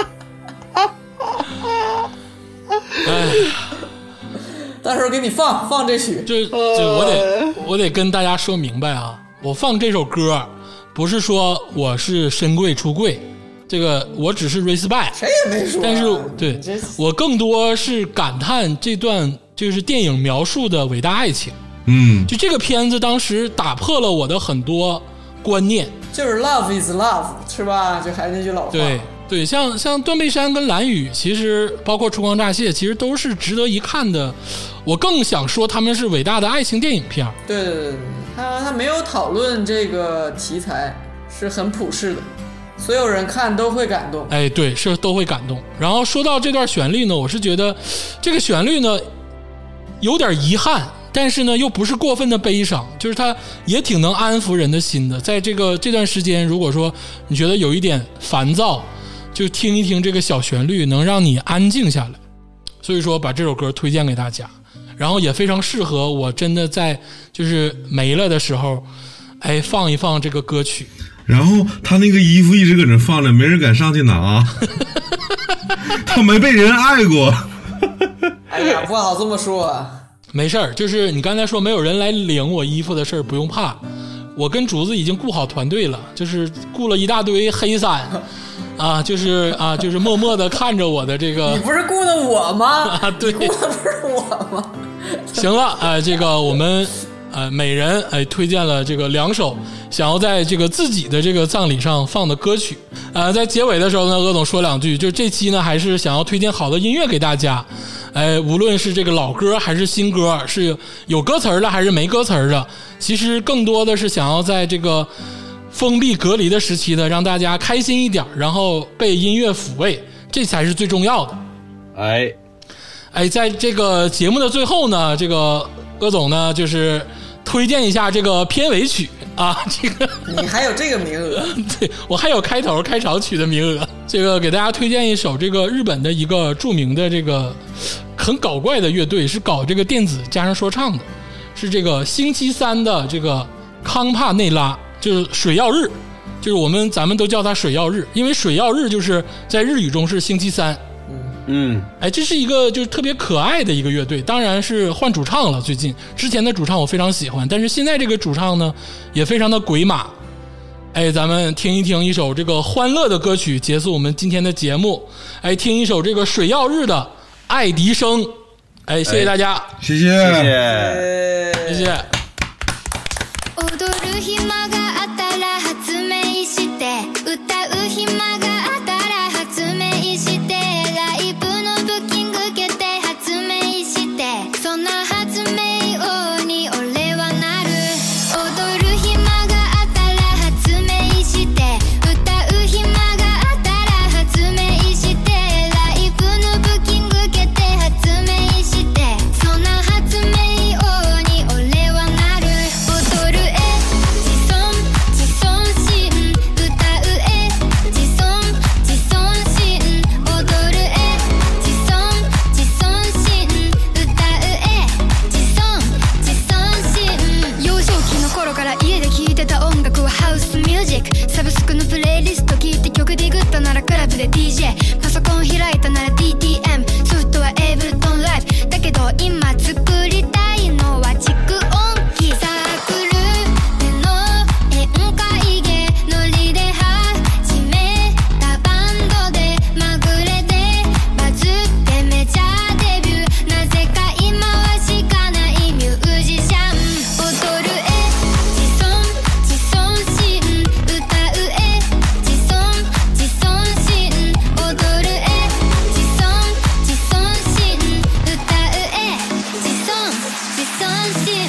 哎， 到时候给你放放这曲， 就就我得我得跟大家说明白啊，我放这首歌不是说我是深贵出柜，这个我只是 respect， 谁也没说、啊， 但是对我更多是感叹这段就是电影描述的伟大爱情。 嗯， 就这个片子当时打破了我的很多观念， 就是 love is love， 是吧？就还是那句老话。 对对，像像断背山跟蓝雨，其实包括春光乍泄，其实都是值得一看的。我更想说他们是伟大的爱情电影片。 对对对，他他没有讨论这个题材，是很普世的，所有人看都会感动。 哎，对，是都会感动。然后说到这段旋律呢，我是觉得这个旋律呢有点遗憾，但是呢又不是过分的悲伤，就是它也挺能安抚人的心的。在这个这段时间，如果说你觉得有一点烦躁，就听一听这个小旋律，能让你安静下来。所以说把这首歌推荐给大家，然后也非常适合我真的在就是没了的时候，哎，放一放这个歌曲。 然后他那个衣服一直搁那放着，没人敢上去拿，他没被人爱过。 哎呀，不好这么说啊。 没事儿，就是你刚才说没有人来领我衣服的事儿，不用怕。我跟竹子已经雇好团队了，就是雇了一大堆黑伞啊，就是啊，就是默默的看着我的这个。 你不是雇的我吗？ 啊，对， 雇的不是我吗？ 行了，哎、呃，这个我们呃每人哎推荐了这个两首想要在这个自己的这个葬礼上放的歌曲。呃，在结尾的时候呢，鄂总说两句，就这期呢还是想要推荐好的音乐给大家。哎，无论是这个老歌还是新歌，是有歌词的还是没歌词的，其实更多的是想要在这个封闭隔离的时期呢，让大家开心一点，然后被音乐抚慰，这才是最重要的。 哎， 哎，在这个节目的最后呢，这个鄂总呢就是推荐一下这个片尾曲啊，这个你还有这个名额？ 对，我还有开头开场曲的名额。这个给大家推荐一首这个日本的一个著名的这个很搞怪的乐队，是搞这个电子加上说唱的，是这个星期三的这个康帕内拉，就是水曜日，就是我们咱们都叫它水曜日，因为水曜日就是在日语中是星期三。 嗯， 哎，这是一个就是特别可爱的一个乐队，当然是换主唱了。最近之前的主唱我非常喜欢，但是现在这个主唱呢也非常的鬼马。哎，咱们听一听一首这个欢乐的歌曲，结束我们今天的节目。哎，听一首这个水曜日的《爱迪生》。哎，谢谢大家， 谢谢， 谢谢， 谢谢。 踊る暇があったら発明して歌う暇があったら発明してライブのブッキング決定発明してそんな発明王に俺はなる踊る暇があったら発明して歌う暇があったら発明してライブのブッキング決定発明してそんな発明王に俺はなる踊るえ自尊自尊心歌うえ自尊自尊心踊るえ自尊自尊心歌うえ自尊自尊心幼少期の頃から家で聴いてた音楽はハウスミュージックサブスクのプレイリスト聴いて曲ディグったならクラブで ディージェー パソコン開いたなら ディーティーエム ソフトはエイブルトンライブだけど今作りたいのは蓄音機サークルでの宴会芸ノリで始めたバンドでまぐれでバズってメジャーデビューなぜか今はしかないミュージシャン踊るえ自尊自尊心歌うえ自尊自尊心踊るえ自尊自尊心歌うえ自尊自尊心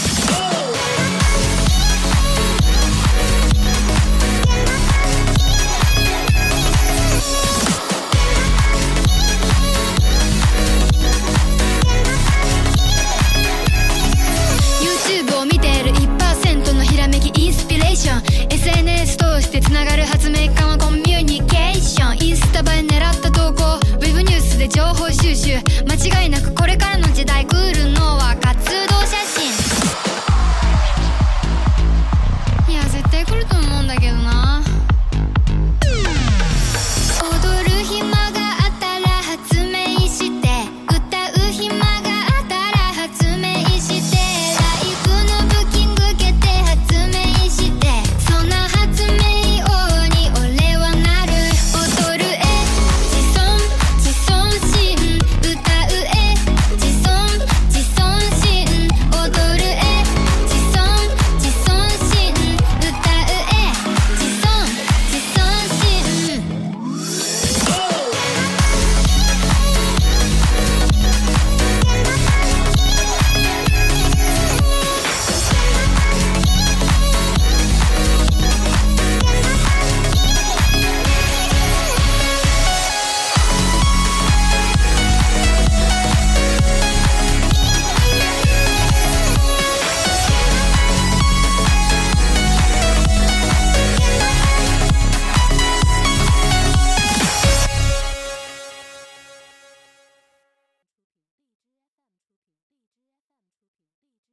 YouTube を見ている いちパーセント のひらめきインスピレーション エスエヌエス 通してつながる発明家のコミュニケーションインスタ映え狙った投稿ウェブニュースで情報収集間違いなくこれからの時代来るのは活動写真いや絶対来ると思うんだけど